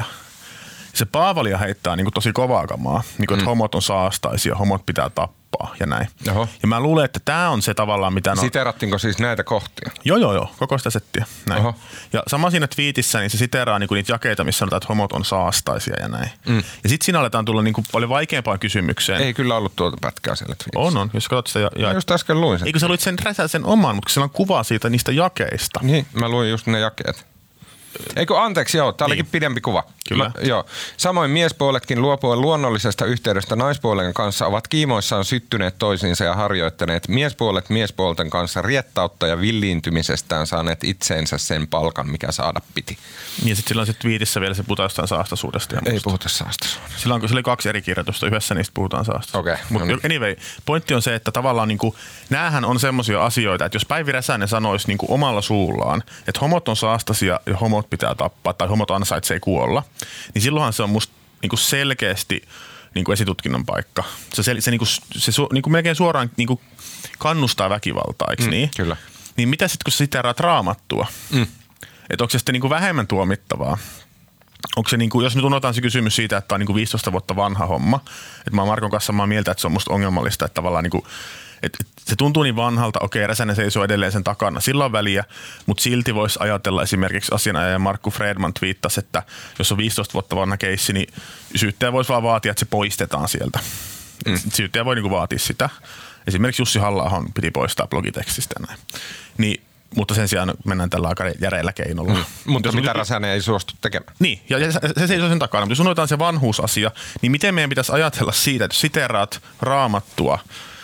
Se Paavalia heittää niinku tosi kovaa kamaa, niinku, että mm. homot on saastaisia, homot pitää tappaa ja näin. Oho. Ja mä luulen, että tämä on se tavallaan, mitä... No... Siteerattiinko siis näitä kohtia? Joo, joo, joo. Koko sitä settiä. Näin. Oho. Ja sama siinä twiitissä, niin se siteeraa niinku niitä jakeita, missä sanotaan, että homot on saastaisia ja näin. Mm. Ja sitten siinä aletaan tulla niinku paljon vaikeampaan kysymykseen. Ei kyllä ollut tuota pätkää siellä twiitissä. On, on. Jos katsot sitä... Ja, ja... Just äsken luin sen. Eikö sä luit sen Räsäsen oman, mutta siellä on kuva siitä niistä jakeista. Niin, mä luin just ne jakeet. Eikö anteeksi, joo, tää olikin niin. Pidempi kuva. Kyllä. Mä, joo. Samoin miespuoletkin luopuen luonnollisesta yhteydestä naispuolen kanssa ovat kiimoissaan syttyneet toisiinsa ja harjoittaneet miespuolet miespuolten kanssa riettautta ja villiintymisestään saaneet itseensä sen palkan, mikä saada piti. Ja sitten sillä on se twiitissä vielä se puhutaan jostain saastaisuudesta. Ja ei musta. puhuta saastaisuudesta. Sillä on, sillä oli kaksi eri kirjoitusta, yhdessä niistä puhutaan saastaisuudesta. Okei. Okay, Mutta no niin. Anyway, pointti on se, että tavallaan niinku, näähän on semmoisia asioita, että jos Päivi Räsänen sanoisi niinku omalla suullaan, että homot on saastaisia ja homot pitää tappaa tai homot ansaitsee kuolla, niin silloinhan se on musta niinku selkeästi niinku esitutkinnan paikka. Se, se, se, niinku, se su, niinku melkein suoraan niinku kannustaa väkivaltaa, eikö mm, niin? Kyllä. Niin mitä sitten, kun sä siteeraat Raamattua? Mm. Että onko se sitten niinku vähemmän tuomittavaa? Onko se, niinku, jos nyt unohtaan se kysymys siitä, että tämä on niinku viisitoista vuotta vanha homma, että mä oon Markon kanssa samaa mieltä, että se on musta ongelmallista, että tavallaan niinku, et, et se tuntuu niin vanhalta, okei, Räsänen seisoo edelleen sen takana, sillä on väliä, mutta silti voisi ajatella esimerkiksi asianajaja Markku Fredman twiittasi, että jos on viisitoista vuotta vanha keissi, niin syyttäjä voisi vaan vaatia, että se poistetaan sieltä. Mm. Syyttäjä voi niinku vaatia sitä. Esimerkiksi Jussi Halla-ahon piti poistaa blogitekstistä näin. Niin, mutta sen sijaan mennään tällä aika järeillä keinolla. Mm. Mutta mitä Räsänen ei suostu tekemään. Niin, ja se, se seisoo sen takana. Mutta jos unohdetaan se vanhuusasia, niin miten meidän pitäisi ajatella siitä, että siteeraat Raamattua,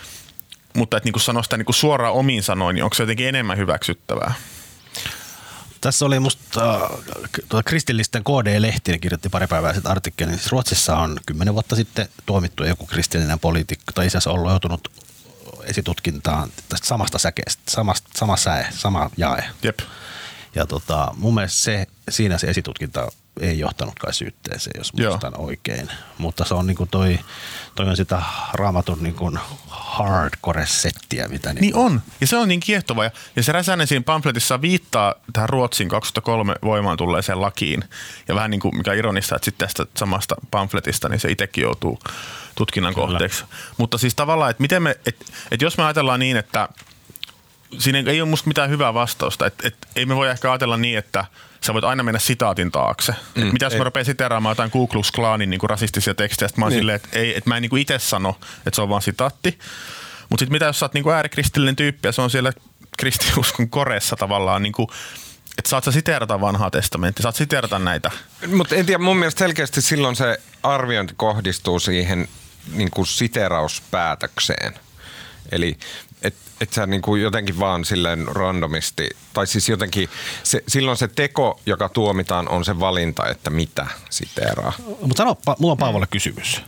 mutta että niinku sanoa sitä niinku suoraan omiin sanoin, niin onko se jotenkin enemmän hyväksyttävää? Tässä oli musta äh, tuota kristillisten K D-lehtinen kirjoitti pari päivää sitten artikkelin. Siis Ruotsissa on kymmenen vuotta sitten tuomittu joku kristillinen poliitikko, tai itse asiassa ollut joutunut esitutkintaan tästä samasta säkeestä, samasta, sama säe, sama jae. Jep. Ja tota, mun mielestä se, siinä se esitutkinta ei johtanut kai syytteeseen, jos muistan oikein. Mutta se on niinku toi, toi on sitä Raamatun niinku hardcore-settiä, mitä niin niinku on. Ja se on niin kiehtova. Ja, ja se Räsänen siinä pamfletissa viittaa tähän Ruotsin kaksituhattakolme voimaan tulleeseen lakiin. Ja vähän niin kuin mikä ironista, että sitten tästä samasta pamfletista niin se itsekin joutuu tutkinnan Kyllä. kohteeksi. Mutta siis tavallaan, että miten me, että, että jos me ajatellaan niin, että siinä ei ole musta mitään hyvää vastausta. Että, että ei me voi ehkä ajatella niin, että sä voit aina mennä sitaatin taakse. Mm, mitä jos ei. Mä rupean siteeraamaan jotain Ku Klux Klanin niin rasistisia tekstejä, että mä oon niin. silleen, että, ei, että mä en niin itse sano, että se on vaan sitaatti. Mutta sitten mitä jos sä oot niin äärikristillinen tyyppi ja se on siellä kristinuskon koreessa tavallaan, niin kuin, että saat sä siteerata vanhaa testamenttia, saat siteerata näitä. Mutta en tiedä, mun mielestä selkeästi silloin se arviointi kohdistuu siihen niin kuin siteerauspäätökseen. Eli että et sä niinku jotenkin vaan silleen randomisti, tai siis jotenkin, se, silloin se teko, joka tuomitaan, on se valinta, että mitä siteeraa. Mutta sano, mulla on Paavolle kysymys.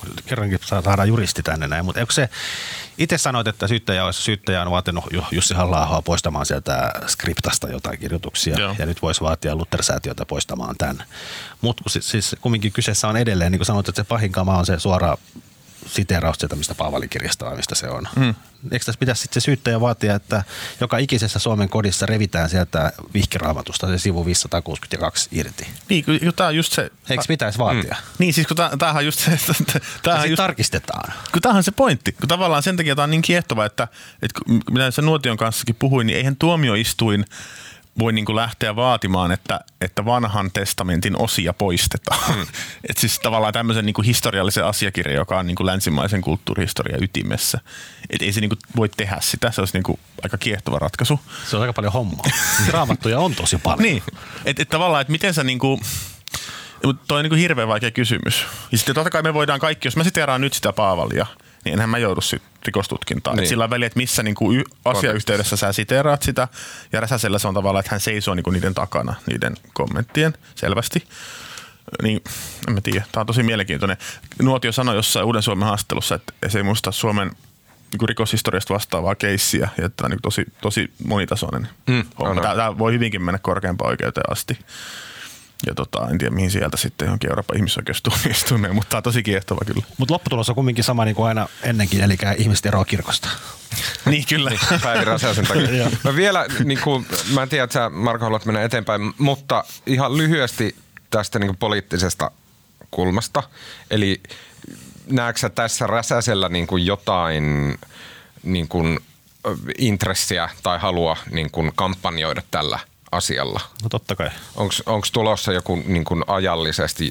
kerrankin saadaan juristi tänne näin, mutta eikö se itse sanoit, että syyttäjä, syyttäjä on vaatinut Jussi Halla-ahoa poistamaan sieltä skriptasta jotain kirjoituksia, Joo. ja nyt voisi vaatia Luther-säätiötä poistamaan tämän. Mutta siis kumminkin kyseessä on edelleen, niin kuin sanoit, että se pahin kama on se suora siteeraus sieltä, mistä Paavalin kirjasta on, mistä se on. Hmm. Eikö tässä pitäisi sitten se syyttäjä vaatia, että joka ikisessä Suomen kodissa revitään sieltä vihkiraamatusta se sivu viisisataakuusikymmentäkaksi irti? Niin, kun tämä on just se... Eikö pitäisi vaatia? Hmm. Niin, siis kun tämähän on just se... Tämähän just, tarkistetaan. Kun tämähän on se pointti. Kun tavallaan sen takia tämä on niin kiehtova, että, että mitä se Nuotion kanssakin puhuin, niin eihän tuomioistuin voi niin kuin lähteä vaatimaan, että, että vanhan testamentin osia poistetaan. Mm. Että siis tavallaan tämmöisen niin kuin historiallisen asiakirjan, joka on niin kuin länsimaisen kulttuurihistorian ytimessä. Että ei se niin kuin voi tehdä sitä. Se olisi niin kuin aika kiehtova ratkaisu. Se on aika paljon hommaa. Raamattuja on tosi paljon. Niin. Että et tavallaan, että miten sä niin kuin... Toi on niin kuin hirveän vaikea kysymys. Ja sitten totta kai me voidaan kaikki, jos mä siteeraan nyt sitä Paavalia, niin enhän mä joudu sitten rikostutkintaan. Niin. Sillä on väliä, että missä niinku y- asiayhteydessä sä siteeraat sitä. Ja Räsäsellä se on tavallaan, että hän seisoo niinku niiden takana, niiden kommenttien selvästi. Niin, en mä tiedä. Tämä on tosi mielenkiintoinen. Nuotio sanoi jossain Uuden Suomen haastattelussa, että se ei muista Suomen niinku rikoshistoriasta vastaavaa keissiä. Ja tämä on niinku tosi, tosi monitasoinen mm, homma. Tämä voi hyvinkin mennä korkeampaan oikeuteen asti. Ja tota, en tiedä mihin sieltä sitten johonkin Euroopan ihmisoikeustuomioistuimeen, mutta tämä on tosi kiehtova kyllä. Mutta lopputulos on kumminkin sama niin kuin aina ennenkin, eli ihmiset eroaa kirkosta. Niin kyllä. Päivi Räsäsen takia. Mä vielä, niin kuin, mä en tiedä, että sä Marko haluat mennä eteenpäin, mutta ihan lyhyesti tästä niin kuin poliittisesta kulmasta. Eli näetkö sä tässä Räsäsellä niin kuin jotain niin kuin intressiä tai halua niin kuin kampanjoida tällä asialla? No totta kai. Onko tulossa joku niin kuin ajallisesti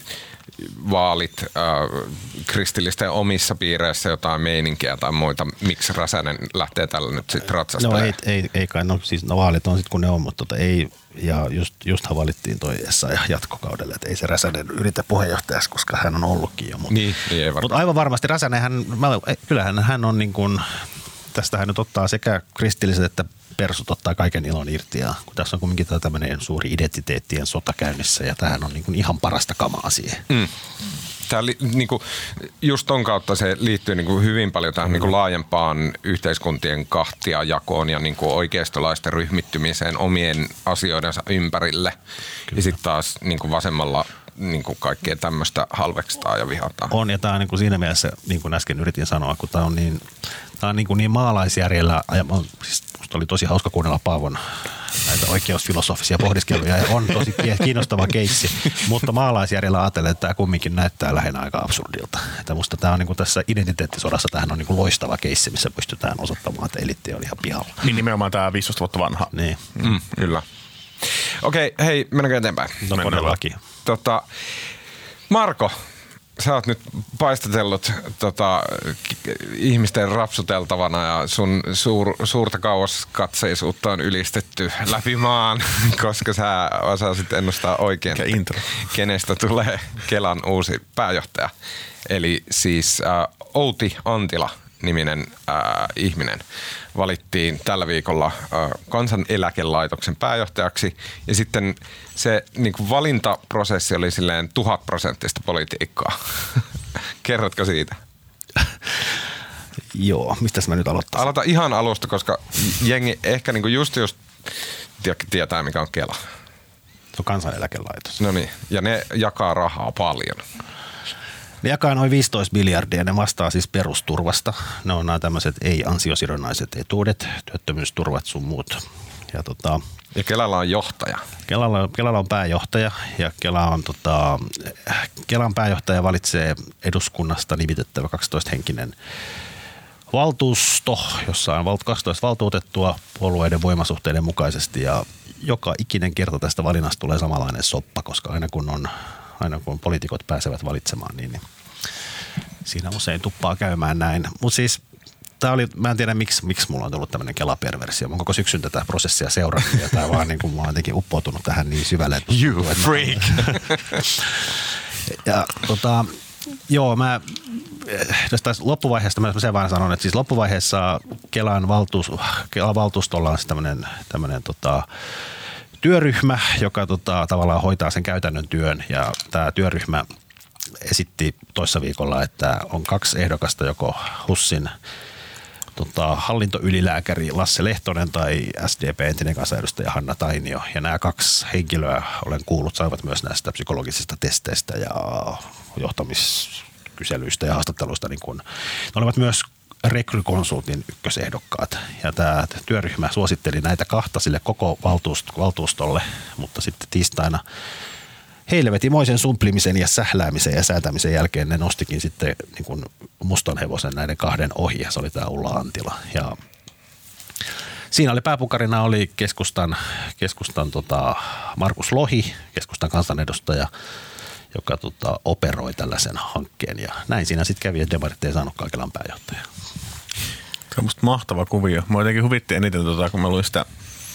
vaalit äh, kristillisten omissa piireissä jotain meininkiä tai muita? Miksi Räsänen lähtee tällä nyt sitten ratsastamaan? No ei, ei, ei kai, no siis no vaalit on sitten kun ne on, mutta tota, ei, ja just, justhan valittiin toi Essa jatkokaudelle, että ei se Räsänen yritä puheenjohtajaksi, koska hän on ollutkin jo. Mutta niin, niin mut aivan varmasti Räsänen, hän, mä, kyllähän hän on niin kuin, tästä hän nyt ottaa sekä kristilliset että persut ottaa kaiken ilon irti, ja kun tässä on kuitenkin tämmöinen suuri identiteettien sota käynnissä, ja tämähän on niin kuin ihan parasta kamaa siihen. Mm. Tämä li, niin kuin, just ton kautta se liittyy niin kuin hyvin paljon tähän mm. niin kuin laajempaan yhteiskuntien kahtia jakoon ja niin kuin oikeistolaisten ryhmittymiseen omien asioidensa ympärille. Kyllä. Ja sitten taas niin kuin vasemmalla niin kuin kaikkea tämmöistä halveksitaan ja vihataan. On, ja tämä on niin kuin siinä mielessä, niin kuin äsken yritin sanoa, kun tämä on niin, tämä on niin, kuin niin maalaisjärjellä, ja siis musta oli tosi hauska kuunnella Paavon näitä oikeusfilosofisia pohdiskeluja, ja on tosi kiinnostava keissi, mutta maalaisjärjellä ajatellen, että tämä kumminkin näyttää lähinnä aika absurdilta. Että musta tämä on niin kuin tässä identiteettisodassa, tämähän on niin kuin loistava keissi, missä pystytään osoittamaan, että eliitti on ihan pihalla. Niin nimenomaan tämä viisitoista vuotta vanha. Niin. Mm, kyllä. Okei, hei, mennäänkö eteenpäin? No todellakin. Tota, Marko, sä oot nyt paistatellut tota, ihmisten rapsuteltavana ja sun suur, suurta kauaskatseisuutta on ylistetty läpi maan, koska sä osasit ennustaa oikein, kenestä tulee Kelan uusi pääjohtaja. Eli siis äh, Outi Antila-niminen äh, ihminen valittiin tällä viikolla äh, Kansaneläkelaitoksen pääjohtajaksi, ja sitten se niin kuin valintaprosessi oli silleen tuhat prosenttista politiikkaa. Kerrotko siitä? Joo, mistä mä nyt aloittaisin? Aloita ihan alusta, koska jengi ehkä niin kuin just just tietää, mikä on Kela. Se on Kansaneläkelaitos. No niin, ja ne jakaa rahaa paljon. Ne jakaa noin viisitoista miljardia, ne vastaa siis perusturvasta. Ne on nämä tämmöiset ei-ansiosidonnaiset etuudet, työttömyysturvat sun muut. Ja, tota, ja Kelalla on johtaja. Kelalla, Kelalla on pääjohtaja, ja Kela on, tota, Kelan pääjohtaja valitsee eduskunnasta nimitettävä kaksitoista-henkinen valtuusto, jossa on kaksitoista valtuutettua puolueiden voimasuhteiden mukaisesti, ja joka ikinen kerta tästä valinnasta tulee samanlainen soppa, koska aina kun on aina kun poliitikot pääsevät valitsemaan, niin, niin siinä usein tuppaa käymään näin. Mutta siis tää oli, mä en tiedä miksi, miksi mulla on tullut tämmöinen Kela-perversio. Mä oon koko syksyn tätä prosessia seurannut, ja tää vaan niin kuin mä oon jotenkin uppoutunut tähän niin syvälle. Että you tuntuu, freak! ja tota, joo, mä tästä loppuvaiheesta mä sen vaan sanon, että siis loppuvaiheessa Kelan, valtuus, Kelan valtuustolla on tämmöinen, tämmöinen tota, työryhmä, joka tota, tavallaan hoitaa sen käytännön työn, ja tämä työryhmä esitti toissa viikolla, että on kaksi ehdokasta, joko HUSin tota, hallintoylilääkäri Lasse Lehtonen tai S D P entinen kansanedustaja Hanna Tainio. Ja nämä kaksi henkilöä, olen kuullut, saivat myös näistä psykologisista testeistä ja johtamiskyselyistä ja haastatteluista. Niin kun, ne olivat myös rekrykonsultin ykkösehdokkaat. Ja tämä työryhmä suositteli näitä kahta sille koko valtuustolle, mutta sitten tiistaina heille vetimoisen sumplimisen ja sähläämisen ja säätämisen jälkeen ne nostikin sitten niin kuin mustan hevosen näiden kahden ohi, ja se oli tämä Ulla Antila. Ja siinä oli pääpukarina oli keskustan, keskustan tota Markus Lohi, keskustan kansanedustaja, joka tota, operoi tällaisen hankkeen, ja näin siinä sitten kävi, että demarit ei saanutkaan Kelan pääjohtajaa. Se on musta mahtava kuvio. Mä jotenkin huvitti eniten, tota, kun mä luin sitä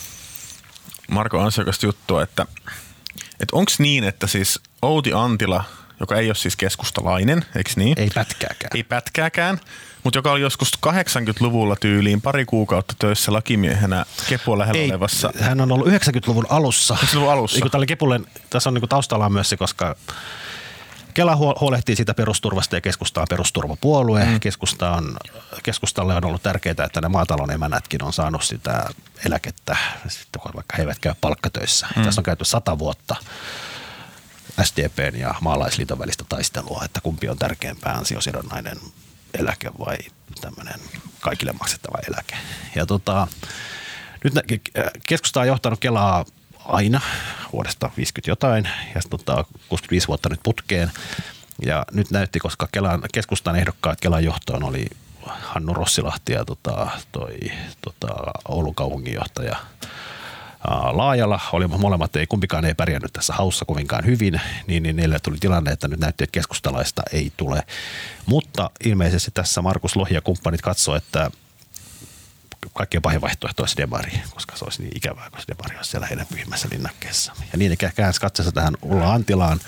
Marko ansiokasta juttua, että Että onko niin, että siis Outi Antila, joka ei ole siis keskustalainen, eikö niin? Ei pätkääkään. Ei pätkääkään, mutta joka oli joskus kahdeksankymmentäluvulla tyyliin pari kuukautta töissä lakimiehenä Kepua lähellä ei, olevassa. Hän on ollut yhdeksänkymmentäluvun alussa. yhdeksänkymmentäluvun alussa. Tämä oli Kepulle, tässä on niin taustalla myös se, koska Kela huolehtii siitä perusturvasta ja keskusta on perusturvapuolue. Mm. Keskusta on, keskustalle on ollut tärkeää, että ne maatalon emänätkin on saanut sitä eläkettä, sitten vaikka he eivät käy palkkatöissä. Mm. Tässä on käyty sata vuotta S D P:n ja Maalaisliiton välistä taistelua, että kumpi on tärkeämpää, ansiosidonnainen eläke vai tämmöinen kaikille maksettava eläke. Ja tota, nyt keskusta on johtanut Kelaa aina vuodesta viisikymmentä jotain ja tota, kuusikymmentäviisi vuotta nyt putkeen. Ja nyt näytti, koska Kelan, keskustan ehdokkaat Kelan johtoon oli Hannu Rossilahti ja tota, toi, tota, Oulun kaupunginjohtaja ää, Laajala. Oli molemmat, ei, kumpikaan ei pärjännyt tässä haussa kovinkaan hyvin, niin, niin niille tuli tilanne, että nyt näytti, että keskustalaista ei tule. Mutta ilmeisesti tässä Markus Lohi ja kumppanit katsoo, että kaikkein pahin vaihtoehto olisi demari, koska se olisi niin ikävää, kun se demari olisi siellä heidän pyhimmässä linnakkeessa. Ja niin ne käänsi katseensa tähän Ulla Antilaan.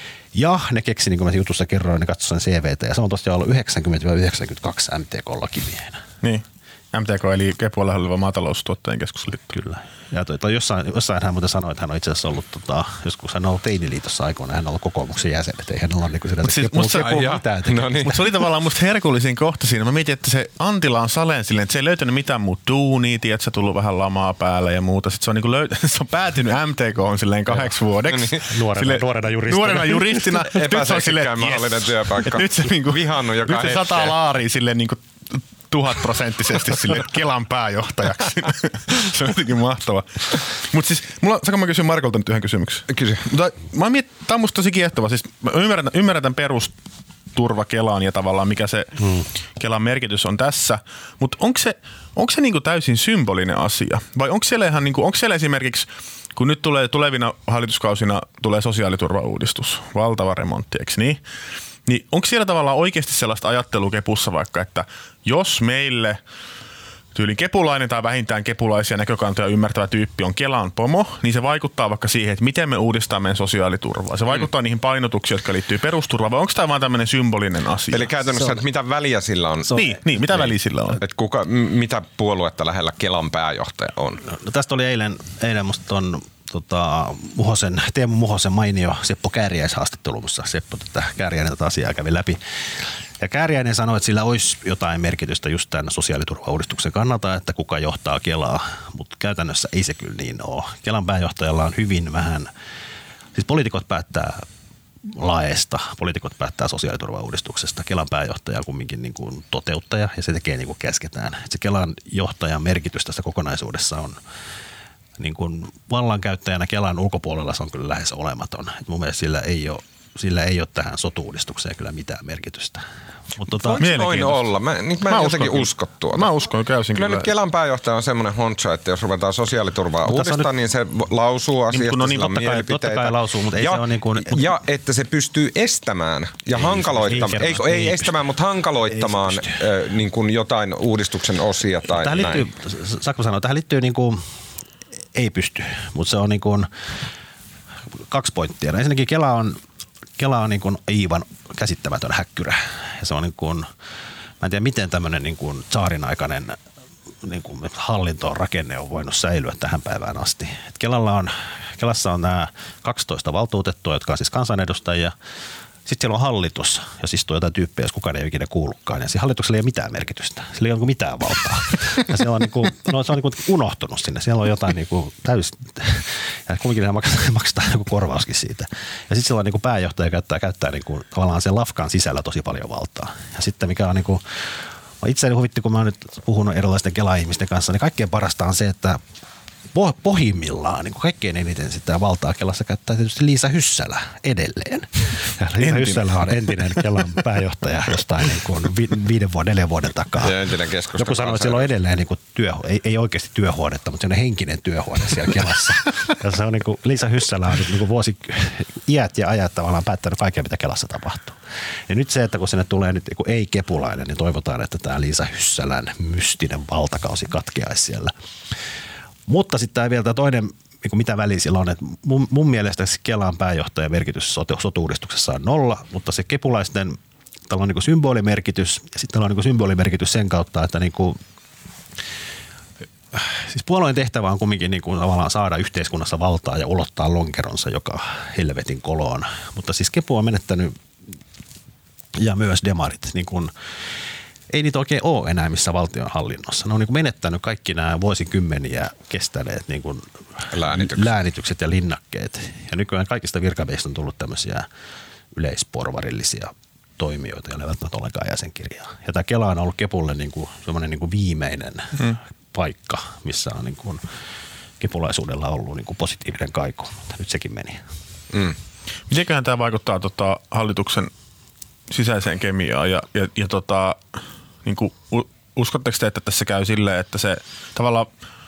Ja ne keksi, niin kuin mä jutussa kerroin, ne katsoi sen C V:tä. Ja se on tosiaan ollut yhdeksänkymmentä yhdeksänkymmentäkaksi M T K-lakimiehenä. Niin. M T K eli Kepualla oleva maataloustuottajien keskusliitto. Kyllä. Ja to, to jossain, jossain hän muuten sanoi, että hän on itse asiassa ollut, tota, joskus hän on ollut teiniliitossa aikoina, hän on ollut kokoomuksen jäsen, että ei hän ole niin kuin sitä siis Kepu, Kepu mitään tekemistä. No niin. Mutta se oli tavallaan musta herkullisin kohta siinä. Mä mietin, että se Antila on saleen silleen, että se ei löytänyt mitään muuta duunia, tiedät, se on tullut vähän lamaa päällä ja muuta. Sitten se on, niin kuin löyt- se on päätynyt M T K:hon silleen kahdeksi vuodeksi. Niin. Nuorena, silleen, nuorena juristina. Nuorena juristina. Epäseksikään mahdollinen työpaikka. Nyt se, niinku, vihannut joka nyt se sataa laaria silleen niin kuin tuhat prosenttisesti sille Kelan pääjohtajaksi. Se on jotenkin mahtava. Mutta siis, mulla, saanko mä kysyä Markolta nyt yhden kysymyksen? Kysy. Mutta mä mietin, tää on musta tosi kiehtova. Siis mä ymmärrän, ymmärrän tämän perusturva Kelaan ja tavallaan mikä se hmm. Kelan merkitys on tässä. Mutta onko se, onko se niinku täysin symbolinen asia? Vai onko siellä ihan niinku, onko siellä esimerkiksi, kun nyt tulee tulevina hallituskausina tulee sosiaaliturvauudistus, valtava remontti, eikö niin? Niin onko siellä tavallaan oikeasti sellaista ajattelua Kepussa vaikka, että jos meille tyylin kepulainen tai vähintään kepulaisia näkökantoja ymmärtävä tyyppi on Kelan pomo, niin se vaikuttaa vaikka siihen, että miten me uudistamme meidän sosiaaliturvaa. Se vaikuttaa mm. niihin painotuksiin, jotka liittyy perusturvaan, vai onko tämä vaan tämmöinen symbolinen asia? Eli käytännössä, että mitä väliä sillä on? on niin, niin, mitä niin. väliä sillä on? Että kuka, m- mitä puoluetta lähellä Kelan pääjohtaja on? No, no tästä oli eilen, eilen musta on Tota, Muhosen, Teemu Muhosen mainio Seppo Kääriäishaastattelu, missä Seppo tätä Kääriäinen tätä asiaa kävi läpi. Ja Kääriäinen sanoi, että sillä olisi jotain merkitystä just tämän sosiaaliturvauudistuksen kannalta, että kuka johtaa Kelaa, mutta käytännössä ei se kyllä niin ole. Kelan pääjohtajalla on hyvin vähän, siis poliitikot päättää laeista, poliitikot päättää sosiaaliturvauudistuksesta. Kelan pääjohtaja on kumminkin niin kuin toteuttaja ja se tekee niin kuin käsketään. Et se Kelan johtajan merkitys tässä kokonaisuudessa on niin kuin vallankäyttäjänä Kelan ulkopuolella se on kyllä lähes olematon. Et mun mielestä sillä ei ole, sillä ei ole tähän sotu-uudistukseen kyllä mitään merkitystä. Mut tota, voiko noin olla? Mä, nyt mä, mä en jotenkin usko tuota. Mä uskon käysin kyllä. Kyllä nyt Kelan pääjohtaja on semmoinen honcha, että jos ruvetaan sosiaaliturvaa mutta uudistaa, niin se lausuu asiasta, niin, no niin, sillä on mielipiteitä. Totta kai lausuu, mutta ei ja, se ole niin kuin... Ja että se pystyy estämään ja ei, hankaloittamaan, ei, ei, ei estämään, mutta hankaloittamaan äh, niin kuin jotain uudistuksen osia tai tähän näin. Liittyy, saanko sanoa, tähän liittyy niin kuin... Ei pysty, mutta se on niin kuin kaksi pointtia. Ensinnäkin Kela on, Kela on niin kuin aivan käsittämätön häkkyrä. Ja se on niin kuin, mä en tiedä miten tämmöinen niin kuin tsaarin aikainen niin kuin hallintoon rakenne on voinut säilyä tähän päivään asti. Et Kelalla on, Kelassa on nämä kaksitoista valtuutettua, jotka on siis kansanedustajia. Sitten siellä on hallitus, jos istuu jotain tyyppejä, jos kukaan ei ole ikinä kuullutkaan. Ja siinä hallituksella ei ole mitään merkitystä. Sillä ei ole mitään valtaa. Ja siellä on, niin kuin, no, se on niin kuin unohtunut sinne. Siellä on jotain niin kuin täys... Ja kumminkin maksetaan, maksetaan joku korvauskin siitä. Ja sitten siellä on niin kuin pääjohtaja käyttää, käyttää niin kuin, tavallaan sen lafkan sisällä tosi paljon valtaa. Ja sitten mikä on niin kuin... Itseäni huvitti, kun mä oon nyt puhunut erilaisten Kela-ihmisten kanssa, niin kaikkein parasta on se, että pohjimmillaan niin kaikkein eniten sitä valtaa Kelassa käyttää tietysti Liisa Hyssälä edelleen. Ja Liisa Hyssälä on entinen Kelan pääjohtaja jostain niin kuin vi, viiden vuoden, neljän vuoden takaa. Ja entinen keskustan Joku sanoi, että siellä on edelleen niin kuin työ, ei, ei oikeasti työhuonetta, mutta se on henkinen työhuone siellä Kelassa. Ja se on niin kuin, Liisa Hyssälä on nyt niin kuin vuosi iät ja ajat tavallaan päättänyt kaikkea, mitä Kelassa tapahtuu. Ja nyt se, että kun sinne tulee nyt niin ei-kepulainen, niin toivotaan, että tämä Liisa Hyssälän mystinen valtakausi katkeaisi siellä. Mutta sitten tämä vielä tämä toinen, niin mitä väliä sillä on, että mun, mun mielestä Kelan pääjohtajan merkitys sote-uudistuksessa on nolla, mutta se kepulaisten, täällä on niin symbolimerkitys ja sitten täällä on niin symbolimerkitys sen kautta, että niin kuin, siis puolueen tehtävä on kumminkin niin kuin tavallaan saada yhteiskunnassa valtaa ja ulottaa lonkeronsa joka helvetin koloon, mutta siis Kepu on menettänyt ja myös demarit niin kuin, ei niitä oikein ole enää missä valtionhallinnossa. Ne on niin kuin menettänyt kaikki nämä vuosikymmeniä kestäneet niin kuin läänitykset. läänitykset ja linnakkeet. Ja nykyään kaikista virkamiehistä on tullut tämmöisiä yleisporvarillisia toimijoita, joilla ei välttämättä ollenkaan jäsenkirjaa. Ja tämä Kela on ollut Kepulle niin kuin semmoinen niin kuin viimeinen hmm. paikka, missä on niin kuin kepulaisuudella ollut niin kuin positiivinen kaiku. Mutta nyt sekin meni. Hmm. Mitenköhän tämä vaikuttaa tota, hallituksen sisäiseen kemiaan ja, ja, ja tota, niin kuin, uskotteko te, että tässä käy silleen, että se tavallaan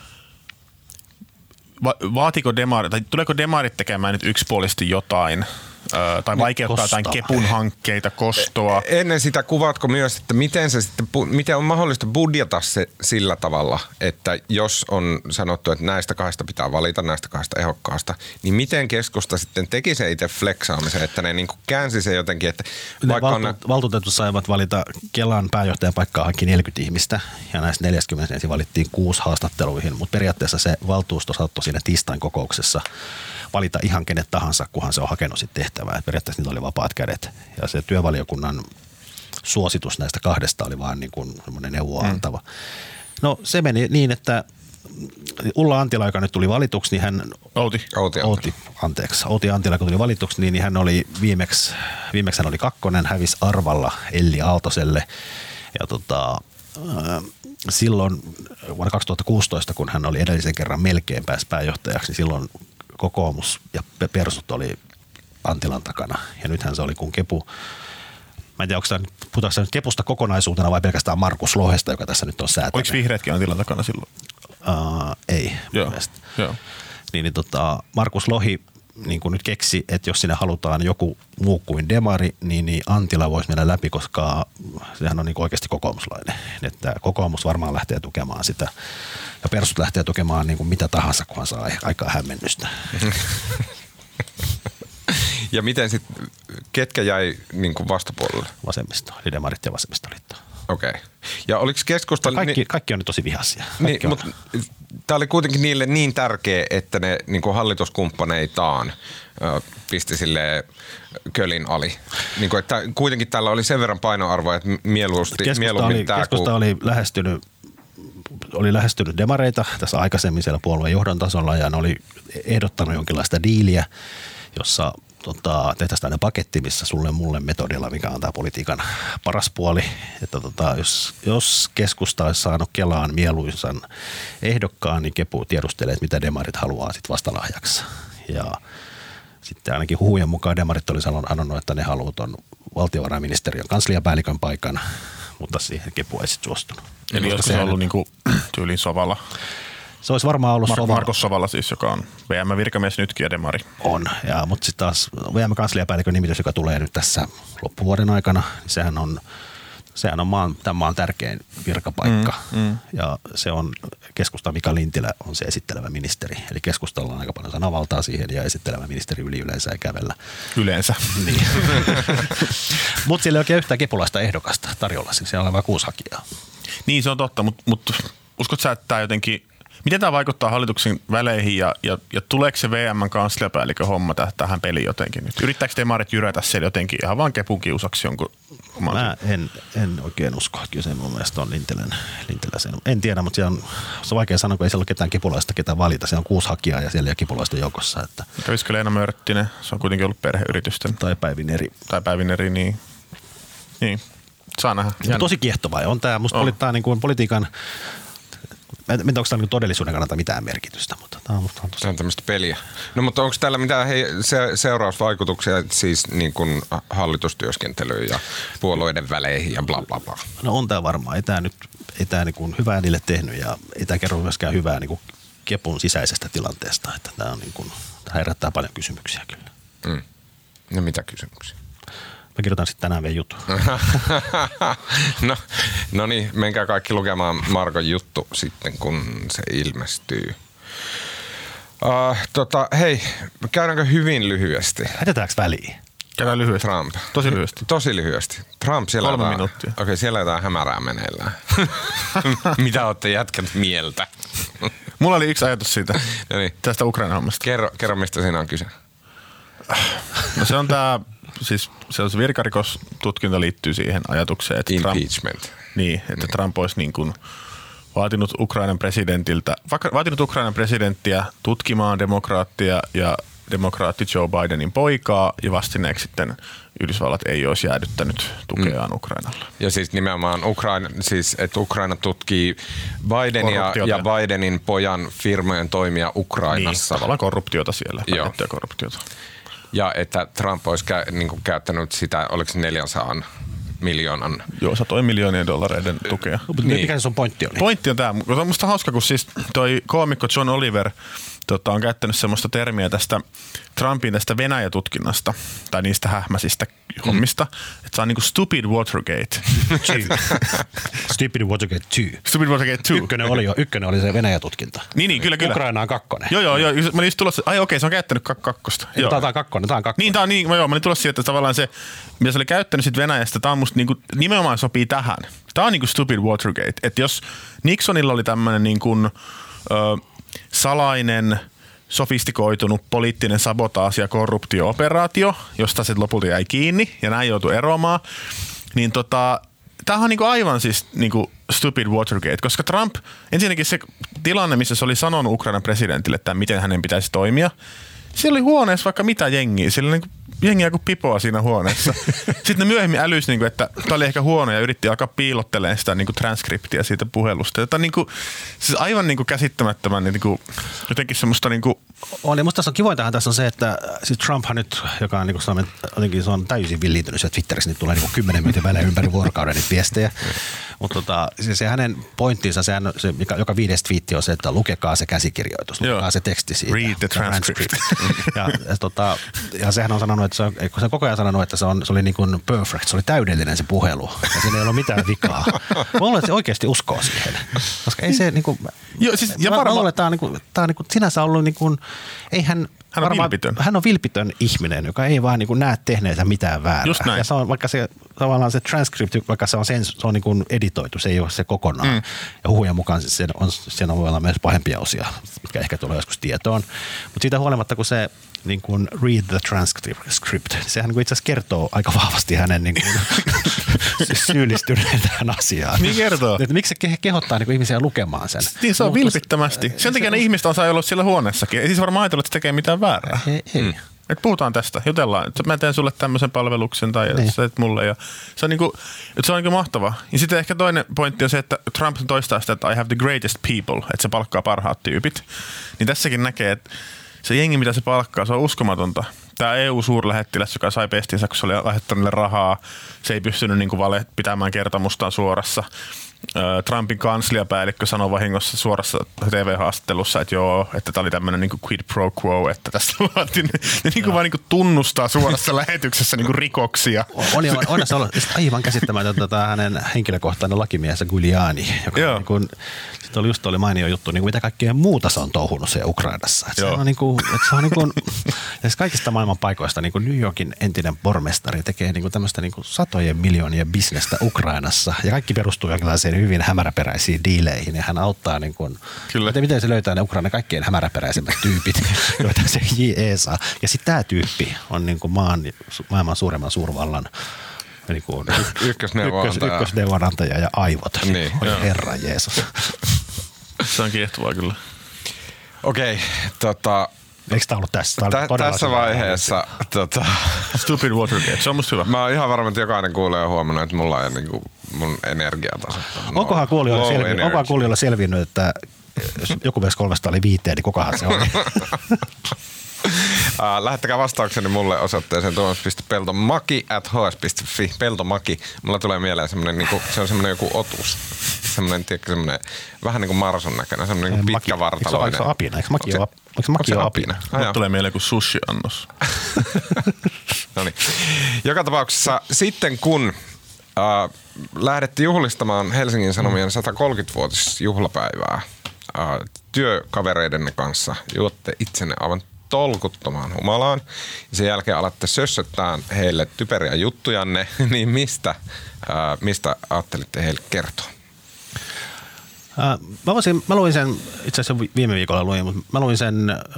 va, vaatiko demarit, tai tuleeko demarit tekemään nyt yksipuolisesti jotain ö, tai vaikeuttaa jotain Kepun hankkeita, kostoa? Ennen sitä kuvaatko myös, että miten, se sitten, miten on mahdollista budjata se sillä tavalla, että jos on sanottu, että näistä kahdesta pitää valita, näistä kahdesta ehdokkaasta, niin miten keskusta sitten teki se itse fleksaamisen, että ne niin kuin käänsi se jotenkin, että vaikka valtu, on... Valtuutetut saivat valita Kelan pääjohtajan paikkaa hankki neljäkymmentä ihmistä ja näistä neljäkymmentä ensin valittiin kuusi haastatteluihin, mutta periaatteessa se valtuusto saattoi siinä tiistain kokouksessa valita ihan kenet tahansa, kunhan se on hakenut sitten tehtävää. Et periaatteessa niitä oli vapaat kädet. Ja se työvaliokunnan suositus näistä kahdesta oli vaan niin kuin semmoinen neuvoa antava. Mm. No se meni niin, että Ulla Antila, joka nyt tuli valituksi, niin hän... Outi. Outi, Outi anteeksi. Outi Antila, kun tuli valituksi, niin hän oli viimeksi, viimeksi hän oli kakkonen, hävisi arvalla Elli Aaltoselle. Ja tota... Silloin vuonna kaksituhattakuusitoista, kun hän oli edellisen kerran melkein pääsi pääjohtajaksi, niin silloin kokoomus ja persut oli Antilan takana. Ja nythän se oli kun Kepu, mä en tiedä, onko puhutaanko nyt Kepusta kokonaisuutena vai pelkästään Markus Lohesta, joka tässä nyt on säätänyt. Oliko vihreätkin Antilan takana silloin? Uh, ei. Joo, joo. Niin, niin tota, Markus Lohi niin kuin nyt keksi, että jos sinne halutaan joku muu kuin demari, niin, niin Antila voisi mennä läpi, koska sehän on niin kuin oikeasti kokoomuslainen. Että kokoomus varmaan lähtee tukemaan sitä ja persut lähtee tukemaan niin kuin mitä tahansa, kunhan saa aikaa hämmennystä. Ja miten sitten, ketkä jäi niin kuin vastapuolelle? Vasemmisto, eli demarit ja vasemmistoliitto. Okei. Okay. Ja oliko keskusta... Kaikki, kaikki on nyt tosi vihaisia. Niin, mutta tämä oli kuitenkin niille niin tärkeä, että ne niin kuin hallituskumppaneitaan ö, pisti silleen kölin ali. Niin kuin, että kuitenkin tällä oli sen verran painoarvoa, että mieluusti, keskusta mieluummin oli, tämä... Keskusta kun... oli lähestynyt oli lähestynyt demareita tässä aikaisemmin siellä puolueen johdon tasolla ja ne oli ehdottanut jonkinlaista diiliä, jossa tota, tehtäisiin tämmöinen paketti, missä sulle mulle metodilla, mikä on tämä politiikan paras puoli. Että tota, jos, jos keskusta olisi saanut Kelaan mieluisan ehdokkaan, niin Kepu tiedustelee, että mitä demarit haluaa sitten vastalahjaksi. Ja sitten ainakin huhujen mukaan demarit oli sanonut, että ne haluaa tuon valtiovarainministeriön kansliapäällikön paikan, mutta siihen Kepu ei sitten suostunut. Eli olisiko se ollut niinku tyyliin Sovala? Se olisi varmaan ollut Mar- Sovala. Markus Sovala siis, joka on V M-virkamies nytkin ja demari. On, ja, mutta sitten taas V M-kansliapäällikön nimitys, joka tulee nyt tässä loppuvuoden aikana, niin sehän on, sehän on maan, tämän maan tärkein virkapaikka. Mm, mm. Ja se on keskustan Mika Lintilä on se esittelevä ministeri. Eli keskustalla on aika paljon sanavaltaa siihen ja esittelevä ministeri yli yleensä ei kävellä. Yleensä. Niin. Mutta sillä ei oikein yhtään kepulaista ehdokasta tarjolla, siis siellä on vain kuusi hakijaa. Niin se on totta, mutta mut, uskotko sä, että tämä jotenkin Miten tämä vaikuttaa hallituksen väleihin ja, ja, ja tuleeko se V M:n kansliapäällikön homma tähän peliin jotenkin nyt? Yrittääkö demarit jyrätä siellä jotenkin ihan vaan kepunkiusaksi jonkun oman? Mä en, en oikein usko. Kyllä se mun mielestä on Lintilän, Lintilä sen. En tiedä, mutta on, se on vaikea sanoa, kun ei siellä ole ketään kipulaista, ketään valita. Se on kuusi hakijaa ja siellä ei ole kipulaisten joukossa. Että... Kävisikö Leena Mörttinen? Se on kuitenkin ollut perheyritysten. Tai Päivin eri. Tai Päivin eri, niin. Niin. Saa nähdä. Tosi kiehtovaa on tämä. Musta on. Tämä niin kuin politiikan, en tiedä onko tämä niin todellisuuden kannalta mitään merkitystä, mutta tämä on musta tosi. Tämä on tämmöistä peliä. No mutta onko täällä mitään hei, se, seurausvaikutuksia siis niin kuin hallitustyöskentelyyn ja puolueiden väleihin ja bla bla bla? No on tämä varmaan. Ei tämä nyt ei tämä niin kuin hyvää niille tehnyt ja ei tämä kerro myöskään hyvää niin kuin kepun sisäisestä tilanteesta. Että tämä, on niin kuin, tämä herättää paljon kysymyksiä kyllä. Mm. No mitä kysymyksiä? Mä kirjoitan sitten tänään vielä juttu. no, no niin, menkää kaikki lukemaan Markon juttu sitten, kun se ilmestyy. Uh, tota, hei, käydäänkö hyvin lyhyesti? Hätetäänkö väliin? Käydään lyhyesti. Trump. Tosi lyhyesti. Tosi lyhyesti. Trump, siellä Kolme jotain, minuuttia. Okei, okay, siellä jotain hämärää meneillään. Mitä olette jätkät mieltä? Mulla oli yksi ajatus siitä, no niin. tästä Ukraina-hommasta. Kerro, kerro, mistä siinä on kyse. No se on tää, siis se on se virkarikostutkinta liittyy siihen ajatukseen, että Impeachment. Trump, niin, että niin. Trump olisi niin kuin vaatinut Ukrainan presidentiltä, vaatinut Ukrainan presidenttiä tutkimaan demokraattia ja demokraatti Joe Bidenin poikaa ja vastineeksi sitten Yhdysvallat ei olisi jäädyttänyt tukeaan mm. Ukrainalle. Ja siis nimenomaan Ukraina, siis että Ukraina tutkii Bidenia ja Bidenin pojan firmojen toimia Ukrainassa. Niin, tavallaan korruptiota siellä, päätettyä korruptiota. Ja että Trump olisi kä- niin kuin käyttänyt sitä, oliko se neljänsadan miljoonan? Joo, satojen miljoonien dollareiden tukea. Niin. Mikä se on pointti oli? Pointti on tämä. Se on musta hauska, kun siis toi koomikko John Oliver tota, on käyttänyt semmoista termiä tästä Trumpin tästä Venäjä-tutkinnasta tai niistä hähmäisistä hommista, mm. että se on niinku stupid Watergate. Stupid Watergate two. Stupid Watergate two. Ykkönen oli jo, ykkönen oli se Venäjä-tutkinta. Niin, niin, kyllä, kyllä. Ukraina on kakkonen. Joo, joo, joo. Mä olin just tulossa, ai okei, se on käyttänyt kak- kakkosta. Ei, tää on kakkonen, tää on kakkonen. Niin, tää on niin, joo, mä olin tulossa siitä, että tavallaan se, mitä se oli käyttänyt sit Venäjästä, tää on musta niinku, nimenomaan sopii tähän. Tää on niinku stupid Watergate. Että jos Nixonilla oli tämmönen niinku, ö, salainen, sofistikoitunut poliittinen sabotaasi ja korruptio-operaatio, josta se lopulta jäi kiinni ja näin joutui eroamaan, niin tota, tämähän on niinku aivan siis niinku stupid Watergate, koska Trump, ensinnäkin se tilanne, missä se oli sanonut Ukrainan presidentille, että miten hänen pitäisi toimia, siellä oli huoneessa vaikka mitä jengiä, siellä oli niinku jengiä kuin pipoa siinä huoneessa. Sitten ne myöhemmin älysi, niinku, että tämä oli ehkä huono ja yritti alkaa piilottelemaan sitä niinku transkriptiä siitä puhelusta. Tämä on niinku, siis aivan niinku käsittämättömän niinku, jotenkin semmoista niinku... On, ja musta tässä on kivointahan tässä on se, että siis Trumphan nyt, joka on, niin kuin jotenkin, se on täysin villiintynyt, että Twitterissä niitä tulee niin kymmenen minuutin välein ympäri vuorokauden niitä viestejä. Mutta tota, se, se hänen pointtinsa, se, se, joka, joka viides twiitti on se, että lukekaa se käsikirjoitus, lukekaa Joo. se teksti siitä. Read the transcript. ja, ja, tota, ja sehän on sanonut, että se on, se on koko ajan sanonut, että se, on, se oli niin kuin perfect, se oli täydellinen se puhelu. Ja siinä ei ollut mitään vikaa. Mä luulen, että se oikeasti uskoo siihen. Koska ei se niin kuin, Joo, siis, ja mä, varma... mä luulen, että tämä on, niin kuin, tämä on niin kuin, sinänsä ollut niin kuin, ei hän, hän, on varmaan, vilpitön. hän on vilpitön ihminen, joka ei vaan niin kuin näe tehneensä mitään väärää. Just näin. Ja se on, vaikka se, tavallaan se transcript, vaikka se on, sen, se on niin kuin editoitu, se ei ole se kokonaan. Mm. Ja huhujen mukaan se on, siinä voi olla myös pahempia osia, mitkä ehkä tulee joskus tietoon. Mutta siitä huolimatta, kun se niin kuin read the transcript, niin sehän niin itse asiassa kertoo aika vahvasti hänen niin kuin syyllistyneen tähän asiaan. Niin kertoo. Että miksi se kehottaa niin kuin ihmisiä lukemaan sen? Niin se on vilpittömästi. Sen takia ne us... ihmiset on saa olla siellä huoneessakin. Ei siis varmaan ajatella, että se tekee mitään väärää. Ei. ei. Mm. Et puhutaan tästä, jutellaan. Mä teen sulle tämmöisen palveluksen tai niin. sä teet mulle. Ja se on, niinku, se on niinku mahtavaa. Ja sitten ehkä toinen pointti on se, että Trump toistaa sitä, että I have the greatest people, että se palkkaa parhaat tyypit. Niin tässäkin näkee, että se jengi, mitä se palkkaa, se on uskomatonta. Tämä E U-suurlähettiläs, joka sai pestinsä, kun se oli lähettänyt rahaa, se ei pystynyt niinku vale pitämään kertomustaan suorassa. Trumpin kansliapäällikkö sanoi vahingossa suorassa T V-haastattelussa, että joo, että tämä oli tämmöinen niin quid pro quo, että tästä luotiin. Ne niin vaan niin tunnustaa suorassa lähetyksessä niin rikoksia. On, on, on se ollut aivan käsittämätöntä tämä hänen henkilökohtainen lakimiehensä Giuliani, joka niin kuin, sitten oli just oli mainio juttu, niin kuin mitä kaikkea muuta se on touhunut siellä Ukrainassa. Että se on niin kuin, että se on niin kuin, ja kaikista maailman paikoista niin kuin New Yorkin entinen pormestari tekee niin kuin tämmöistä niin kuin satojen miljoonien bisnestä Ukrainassa ja kaikki perustuu jonkinlaiseen tämmöisiin hyvin hämäräperäisiin diileihin ja hän auttaa niin kuin, Kyllä. miten se löytää ne Ukrainan kaikkein hämäräperäisemmät tyypit, joita se J E saa. Ja sitten tämä tyyppi on niin kuin maan, maailman suuremman suurvallan niin kuin ykkösneuvonantaja. ykkös, ykkösneuvonantaja ja aivot. Niin, Oi Herra Jeesus. Se on kiehtovaa kyllä. Okei, okay, tota... Eikö tämä ollut tässä? Tä, tässä vaiheessa... Tota, Stupid Watergate, se on musta hyvä. mä oon ihan varma, että jokainen kuulee huomannut, että mulla ei niinku mun energiataso. Onkohan kuulijoilla selvinnyt, onkohan kuulijoilla selvinnyt, että jos joku mies kolmesta oli viiteen, niin kukahan se oli? Uh, lähettäkää vastaukseni mulle osoitteeseen tuomas piste peltomaki at h s piste f i. Peltomaki. Mulla tulee mieleen semmonen, niinku, se on semmonen joku otus. Semmonen, tiedätkö, semmonen vähän niinku marsun näköinen, semmonen niinku pitkävartaloinen. Eikö se ole apina? Eikö maki ole apina? apina? Mulle tulee mieleen kuin sushi-annos. Noniin. Joka tapauksessa sitten kun uh, lähdettiin juhlistamaan Helsingin Sanomien satakolmekymmentävuotisjuhlapäivää uh, työkavereidenne kanssa, juotte itsenne aivan tolkuttomaan humalaan ja sen jälkeen alatte sössöttää heille typeriä juttujanne, niin mistä, ää, mistä ajattelitte heille kertoa? Ää, mä, voisin, mä luin sen, itse asiassa viime viikolla luin, mutta mä luin sen ää,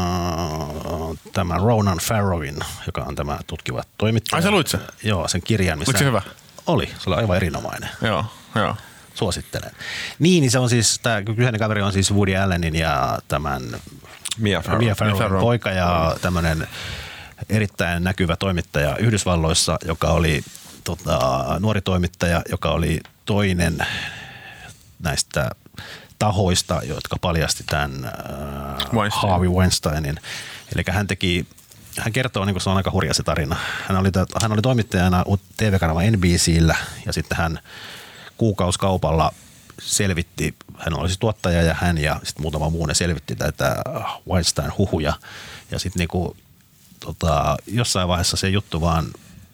tämän Ronan Farrowin, joka on tämä tutkiva toimittaja. Ai sä luit sen? Joo, sen kirjan. Oliko se hyvä? Oli, se oli aivan erinomainen. Joo, joo. Suosittelen. Niin, niin se on siis, tämä kyseinen kaveri on siis Woody Allenin ja tämän Mia Farrow. Mia Farrowin poika ja tämmöinen erittäin näkyvä toimittaja Yhdysvalloissa, joka oli tota, nuori toimittaja, joka oli toinen näistä tahoista, jotka paljasti tämän äh, Harvey Weinsteinin. Eli hän teki, hän kertoo, niin kuin se on aika hurja se tarina. Hän oli, hän oli toimittajana T V-kanava N B C:llä ja sitten hän kuukauskaupalla selvitti, hän oli siis tuottaja ja hän ja sitten muutama muu ne selvitti tätä Weinstein-huhuja. Ja sitten niinku, tota, jossain vaiheessa se juttu vaan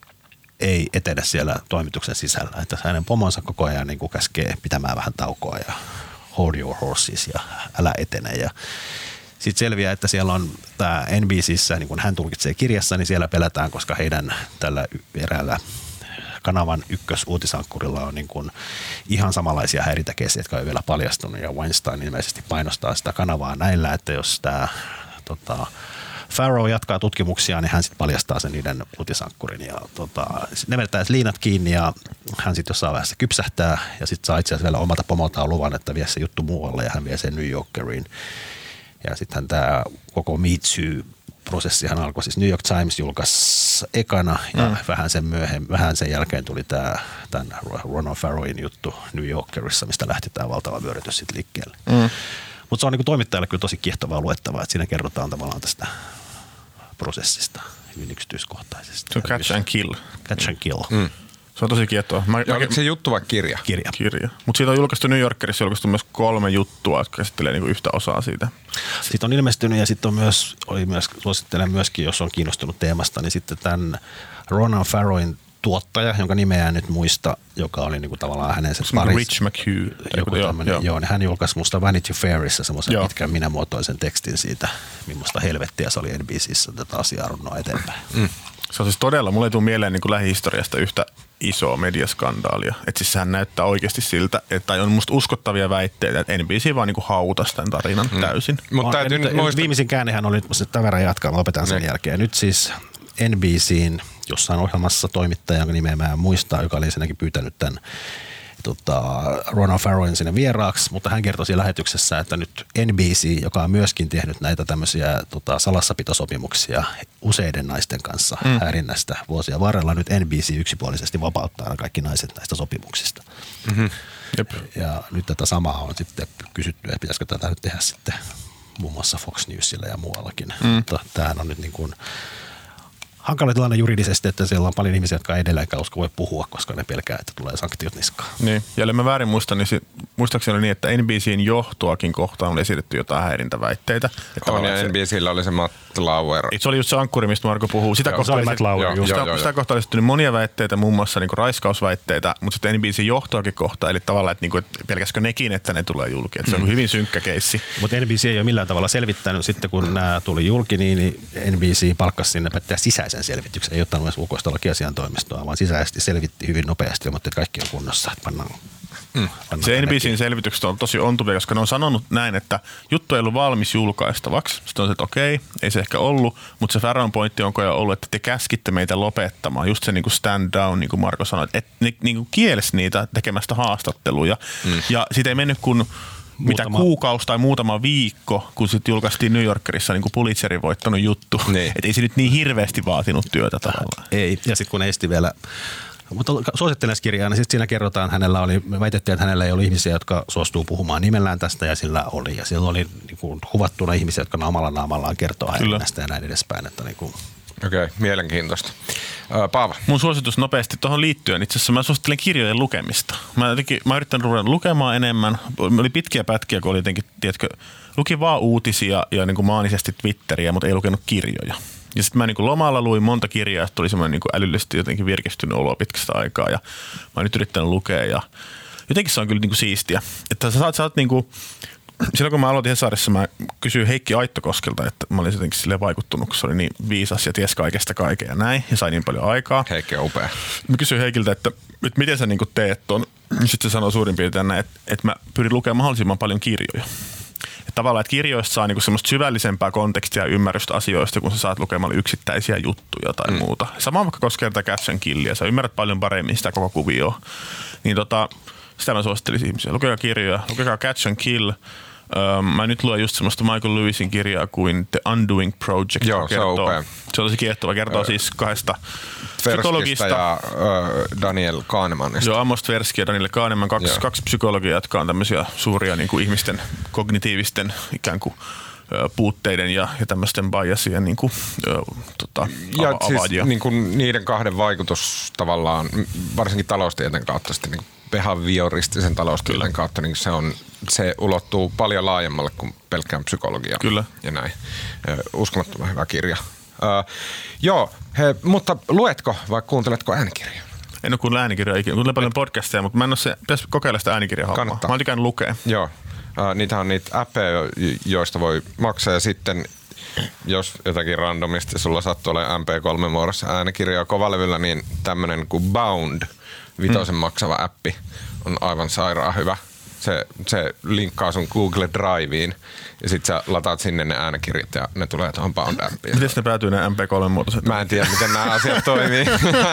ei etene siellä toimituksen sisällä. Että hänen pomonsa koko ajan niinku käskee pitämään vähän taukoa ja hold your horses ja älä etene. Ja sitten selviää, että siellä on tämä N B C:ssä, niin kun hän tulkitsee kirjassa, niin siellä pelätään, koska heidän tällä eräällä kanavan ykkösuutisankkurilla on niin kuin ihan samanlaisia häiritäkeisiä, jotka on vielä paljastunut. Ja Weinstein ilmeisesti painostaa sitä kanavaa näillä, että jos tämä tota, Farrow jatkaa tutkimuksia, niin hän sitten paljastaa sen niiden uutisankkurin. Ja tota, ne vedetään liinat kiinni ja hän sitten jossain vaiheessa kypsähtää ja sitten saa itse asiassa vielä omalta pomoltaan luvan, että vie se juttu muualle ja hän vie sen New Yorkeriin. Ja sittenhän tämä koko Me Too-prosessihan alkoi, siis New York Times julkaisi ekana ja mm. vähän sen myöhemmin, vähän sen jälkeen tuli tämä tämän Ronan Farrowin juttu New Yorkerissa, mistä lähti tämä valtava vyörytys sitten liikkeelle. Mm. Mutta se on niin kuin toimittajalle kyllä tosi kiehtovaa luettavaa, että siinä kerrotaan tavallaan tästä prosessista hyvin yksityiskohtaisesti. Se on catch and kill. Catch and kill. Mm. Se on tosi kiehtovaa. Mä, ja oliko se juttu vai kirja? Kirja. Kirja. Mutta siitä on julkaistu New Yorkerissa julkaistu myös kolme juttua, jotka käsittelee niinku yhtä osaa siitä. Sitten on ilmestynyt ja sitten on myös, oli myös, suosittelen myöskin, jos on kiinnostunut teemasta, niin sitten tämän Ronan Farrowin tuottaja, jonka nimeä en nyt muista, joka oli niinku tavallaan hänen se paris. Rich McHugh. Joku tämmöinen, joo, joo, niin hän julkaisi musta Vanity Fairissa semmoisen pitkän minämuotoisen tekstin siitä, millaista helvettiä se oli N B C:ssä tätä asiaa runnoa eteenpäin. Mm. Se on siis todella, mulle ei tule mieleen niin kuin lähihistoriasta yhtä isoa mediaskandaalia. Että siis sehän näyttää oikeasti siltä, että on musta uskottavia väitteitä, että N B C vaan niin kuin hautasi tämän tarinan mm. täysin. Mutta täytyy nyt muistaa. Viimeisin käännehän oli, että tämän verran jatkaa, mä lopetan sen ne. jälkeen. Nyt siis N B C:n jossain ohjelmassa toimittaja, jonka nimeä mä en muista, joka oli ensinnäkin pyytänyt tämän tota, Ronan Farrowin sinne vieraaksi, mutta hän kertoi siinä lähetyksessä, että nyt N B C, joka on myöskin tehnyt näitä tämmöisiä tota, salassapitosopimuksia useiden naisten kanssa mm. häirinnästä vuosia varrella, nyt N B C yksipuolisesti vapauttaa kaikki naiset näistä sopimuksista. Mm-hmm. Jep. Ja nyt tätä samaa on sitten kysytty, että pitäisikö tätä nyt tehdä sitten muun muassa Fox Newsillä ja muuallakin. Mm. Mutta tämähän on nyt niin kuin hankala tilanne juridisesti, että siellä on paljon ihmisiä, jotka ei edelleenkään usko voi puhua, koska ne pelkää, että tulee sanktiot niskaan. Niin, jälleen mä väärin muistan, niin muistaakseni oli niin, että N B C:n johtoakin kohtaan oli esitetty jotain häirintäväitteitä. Että on, ja se, N B C:llä oli se Matt Lauer. Se oli just se ankkuri, mistä Marko puhuu. Sitä, kohtaa, oli, Matt Lauer, joo, sitä, joo, sitä kohtaa oli esitetty monia väitteitä, muun muassa niin kuin raiskausväitteitä, mutta sitten N B C:n johtoakin kohtaan, eli tavallaan, että, niin kuin, että pelkäskö nekin, että ne tulee julki. Että se on mm. hyvin synkkä keissi. Mutta N B C ei ole millään tavalla selvittänyt. Sitten kun nämä tuli julki, niin N B C palkkasi sinne päättää sisäisen selvityksen. Ei ottanut edes ulkoista lakiasiantoimistoa, vaan sisäisesti selvitti hyvin nopeasti, mutta että kaikki on kunnossa, että pannaan Mm. Se N B C:n selvitykset on tosi ontuvia, koska ne on sanonut näin, että juttu ei ollut valmis julkaistavaksi. Sitten on se, että okei, ei se ehkä ollut, mutta se Farron pointti on jo ollut, että te käskitte meitä lopettamaan. Just se niin kuin stand down, niin kuin Marko sanoi, että ne niin kuin kielsi niitä tekemästä haastatteluja. Mm. Ja siitä ei mennyt kun mitä muutama kuukausi tai muutama viikko, kun sitten julkaistiin New Yorkerissa niin kuin Pulitzerin voittanut juttu. Niin. Että ei se nyt niin hirveästi vaatinut työtä tavallaan. Ei, ja sitten kun Esti vielä, mutta suosittelen kirjaa, niin sitten siinä kerrotaan, hänellä oli, me väitettiin, että hänellä ei ollut ihmisiä, jotka suostuu puhumaan nimellään tästä, ja sillä oli. Ja siellä oli niin kuin kuvattuna ihmisiä, jotka omalla naamallaan kertoo häirinnästä ja näin edespäin. Että niin kuin okei, okay, mielenkiintoista. Paava. Mun suositus nopeasti tuohon liittyen. Itse asiassa mä suosittelen kirjojen lukemista. Mä, jotenkin, mä yrittänyt ruveta lukemaan enemmän. Oli pitkiä pätkiä, kun oli jotenkin, tiedätkö, luki vaan uutisia ja niin kuin maanisesti Twitteriä, mutta ei lukenut kirjoja. Ja sitten mä niin kuin lomalla luin monta kirjaa, että tuli semmoinen niin kuin älyllisesti jotenkin virkistynyt olo pitkästä aikaa. Ja mä oon nyt yrittänyt lukea ja jotenkin se on kyllä niin kuin siistiä. Että sä saat, sä saat niin kuin silloin kun mä aloitin Hesarissa, mä kysyin Heikki Aittokoskelta, että mä olin jotenkin silleen vaikuttunut, kun se oli niin viisas ja ties kaikesta kaiken ja näin, ja sai niin paljon aikaa. Heikki on upea. Mä kysyin Heikiltä, että, että miten sä niin kuin teet ton. Sitten se sanoi suurin piirtein näin, että, että mä pyrin lukemaan mahdollisimman paljon kirjoja. Että tavallaan, että kirjoista saa niinku semmoista syvällisempää kontekstia ja ymmärrystä asioista, kun sä saat lukemaan yksittäisiä juttuja tai mm. muuta. Sama vaikka koskee tätä Catch and Killia, sä ymmärrät paljon paremmin sitä koko kuvioa. Niin tota, sitä mä suosittelisin ihmisiä. Lukekaa kirjoja, lukekaa Catch and Kill. Öö, mä nyt luen just semmoista Michael Lewisin kirjaa kuin The Undoing Project. Joo, se on upea. Se on tosi kiehtova. Kertoo öö, siis kahdesta psykologista. Ja öö, Daniel Kahnemanista. Joo, Amos Tversky ja Daniel Kahneman, kaksi, kaksi psykologia, jotka on tämmöisiä suuria niin kuin ihmisten kognitiivisten ikään kuin puutteiden ja, ja tämmöisten biasien niin kuin, ö, tota, ja ava- siis avaajia. Niin kuin niiden kahden vaikutus tavallaan, varsinkin taloustieteen kautta, sitten niin behavioristisen taloustieteen kautta, niin se, on, se ulottuu paljon laajemmalle kuin pelkkään psykologiaan. Kyllä. Ja näin. Uskomattoman hyvä kirja. Uh, joo, he, mutta luetko vai kuunteletko äänikirjaa? En ole kuunnellut äänikirjaa ikinä. Kuuntelen paljon podcasteja, mutta mä en ole se, pitäisi kokeilla sitä äänikirjaa. Kannattaa. Mä oon tykännyt lukea. Joo. Uh, niitä on niitä appeja, joista voi maksaa ja sitten jos jotakin randomisti sulla sattuu olemaan M P kolme muodossa äänikirjaa kovalevyllä, niin tämmönen kuin Bound, vitosen hmm. maksava appi, on aivan sairaan hyvä. Se, se linkkaa sun Google Driveen ja sit sä lataat sinne ne äänikirjat ja ne tulee tuohon Bound-appiin. Miten ne päätyy ne M P kolme muotoiset? Mä en tiedä, miten nämä asiat toimii.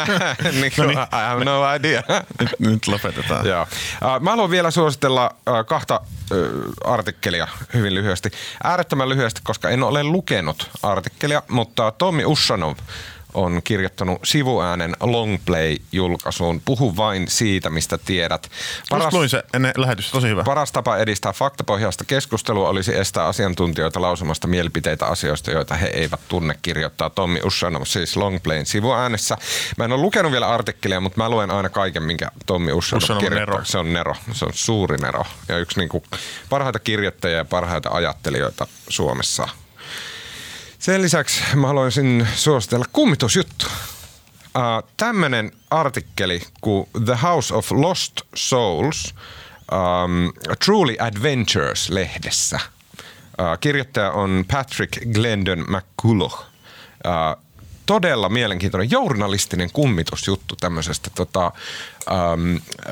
niin kuin, I have no idea. nyt, nyt lopetetaan. Joo. Mä haluan vielä suositella kahta artikkelia hyvin lyhyesti. Äärettömän lyhyesti, koska en ole lukenut artikkelia, mutta Tommy Ushanov on kirjoittanut sivuäänen Longplay-julkaisuun. Puhu vain siitä, mistä tiedät. Paras, Just luin se ennen lähetystä, tosi hyvä. Paras tapa edistää faktapohjaista keskustelua olisi estää asiantuntijoita lausumasta mielipiteitä asioista, joita he eivät tunne, kirjoittaa Tommy Ushanov, siis Longplayn sivuäänessä. Mä en ole lukenut vielä artikkelia, mutta mä luen aina kaiken, minkä Tommy Ushanov, Ushanov kirjoittaa. Nero. Se on nero. Se on suuri nero. Ja yksi niin kuin parhaita kirjoittajia ja parhaita ajattelijoita Suomessa. Sen lisäksi mä haluaisin suositella kummitusjuttu. Uh, tämmönen artikkeli kuin The House of Lost Souls, um, Truly Adventures-lehdessä. Uh, kirjoittaja on Patrick Glendon McCullough. Uh, todella mielenkiintoinen journalistinen kummitusjuttu tämmöisestä tota, ähm,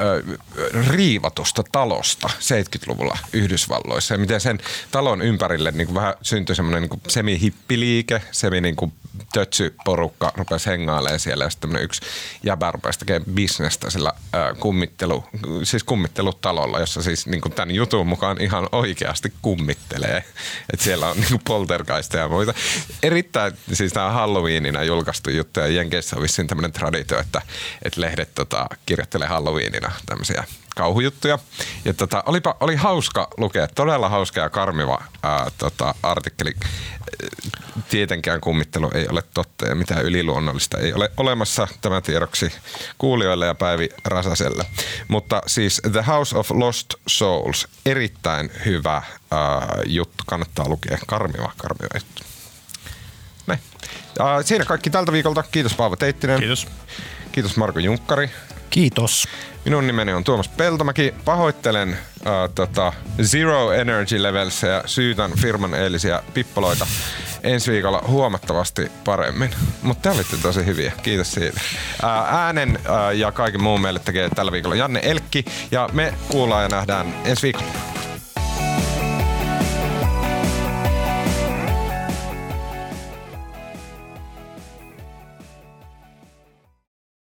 äh, riivatusta talosta seitsemänkymmentäluvulla Yhdysvalloissa ja miten sen talon ympärille niin kuin vähän syntyi semmoinen niin kuin semi-hippiliike, semi niin kuin tötsyporukka rupesi hengailemaan siellä ja sitten yksi jäbä rupesi tekemään bisnestä sillä äh, kummittelu, siis kummittelutalolla, jossa siis niin kuin tämän jutun mukaan ihan oikeasti kummittelee. Että siellä on niin kuin poltergeisteja ja muita. Erittäin, siis tämä Halloweenina julkaistu juttu ja Jenkeissä on vissiin tämmöinen traditio, että, että lehdet tota, kirjoittelee Halloweenina tämmöisiä kauhujuttuja. Ja tota, olipa, oli hauska lukea, todella hauska ja karmiva ää, tota, artikkeli. Tietenkään kummittelu ei ole totta ja mitään yliluonnollista ei ole olemassa, tämä tiedoksi kuulijoille ja Päivi Räsäselle. Mutta siis The House of Lost Souls, erittäin hyvä ää, juttu, kannattaa lukea, karmiva, karmiva juttu. Näin. Ää, siinä kaikki tältä viikolta. Kiitos Paavo Teittinen. Kiitos. Kiitos Marko Junkkari. Kiitos. Minun nimeni on Tuomas Peltomäki. Pahoittelen äh, tota, Zero Energy Levels ja syytän firman eilisiä pippaloita. ensi viikolla huomattavasti paremmin. Mutta te olitte tosi hyviä. Kiitos siitä. Äänen ja kaiken muun meille tekee tällä viikolla Janne Elkki. Ja me kuullaan ja nähdään ensi viikolla.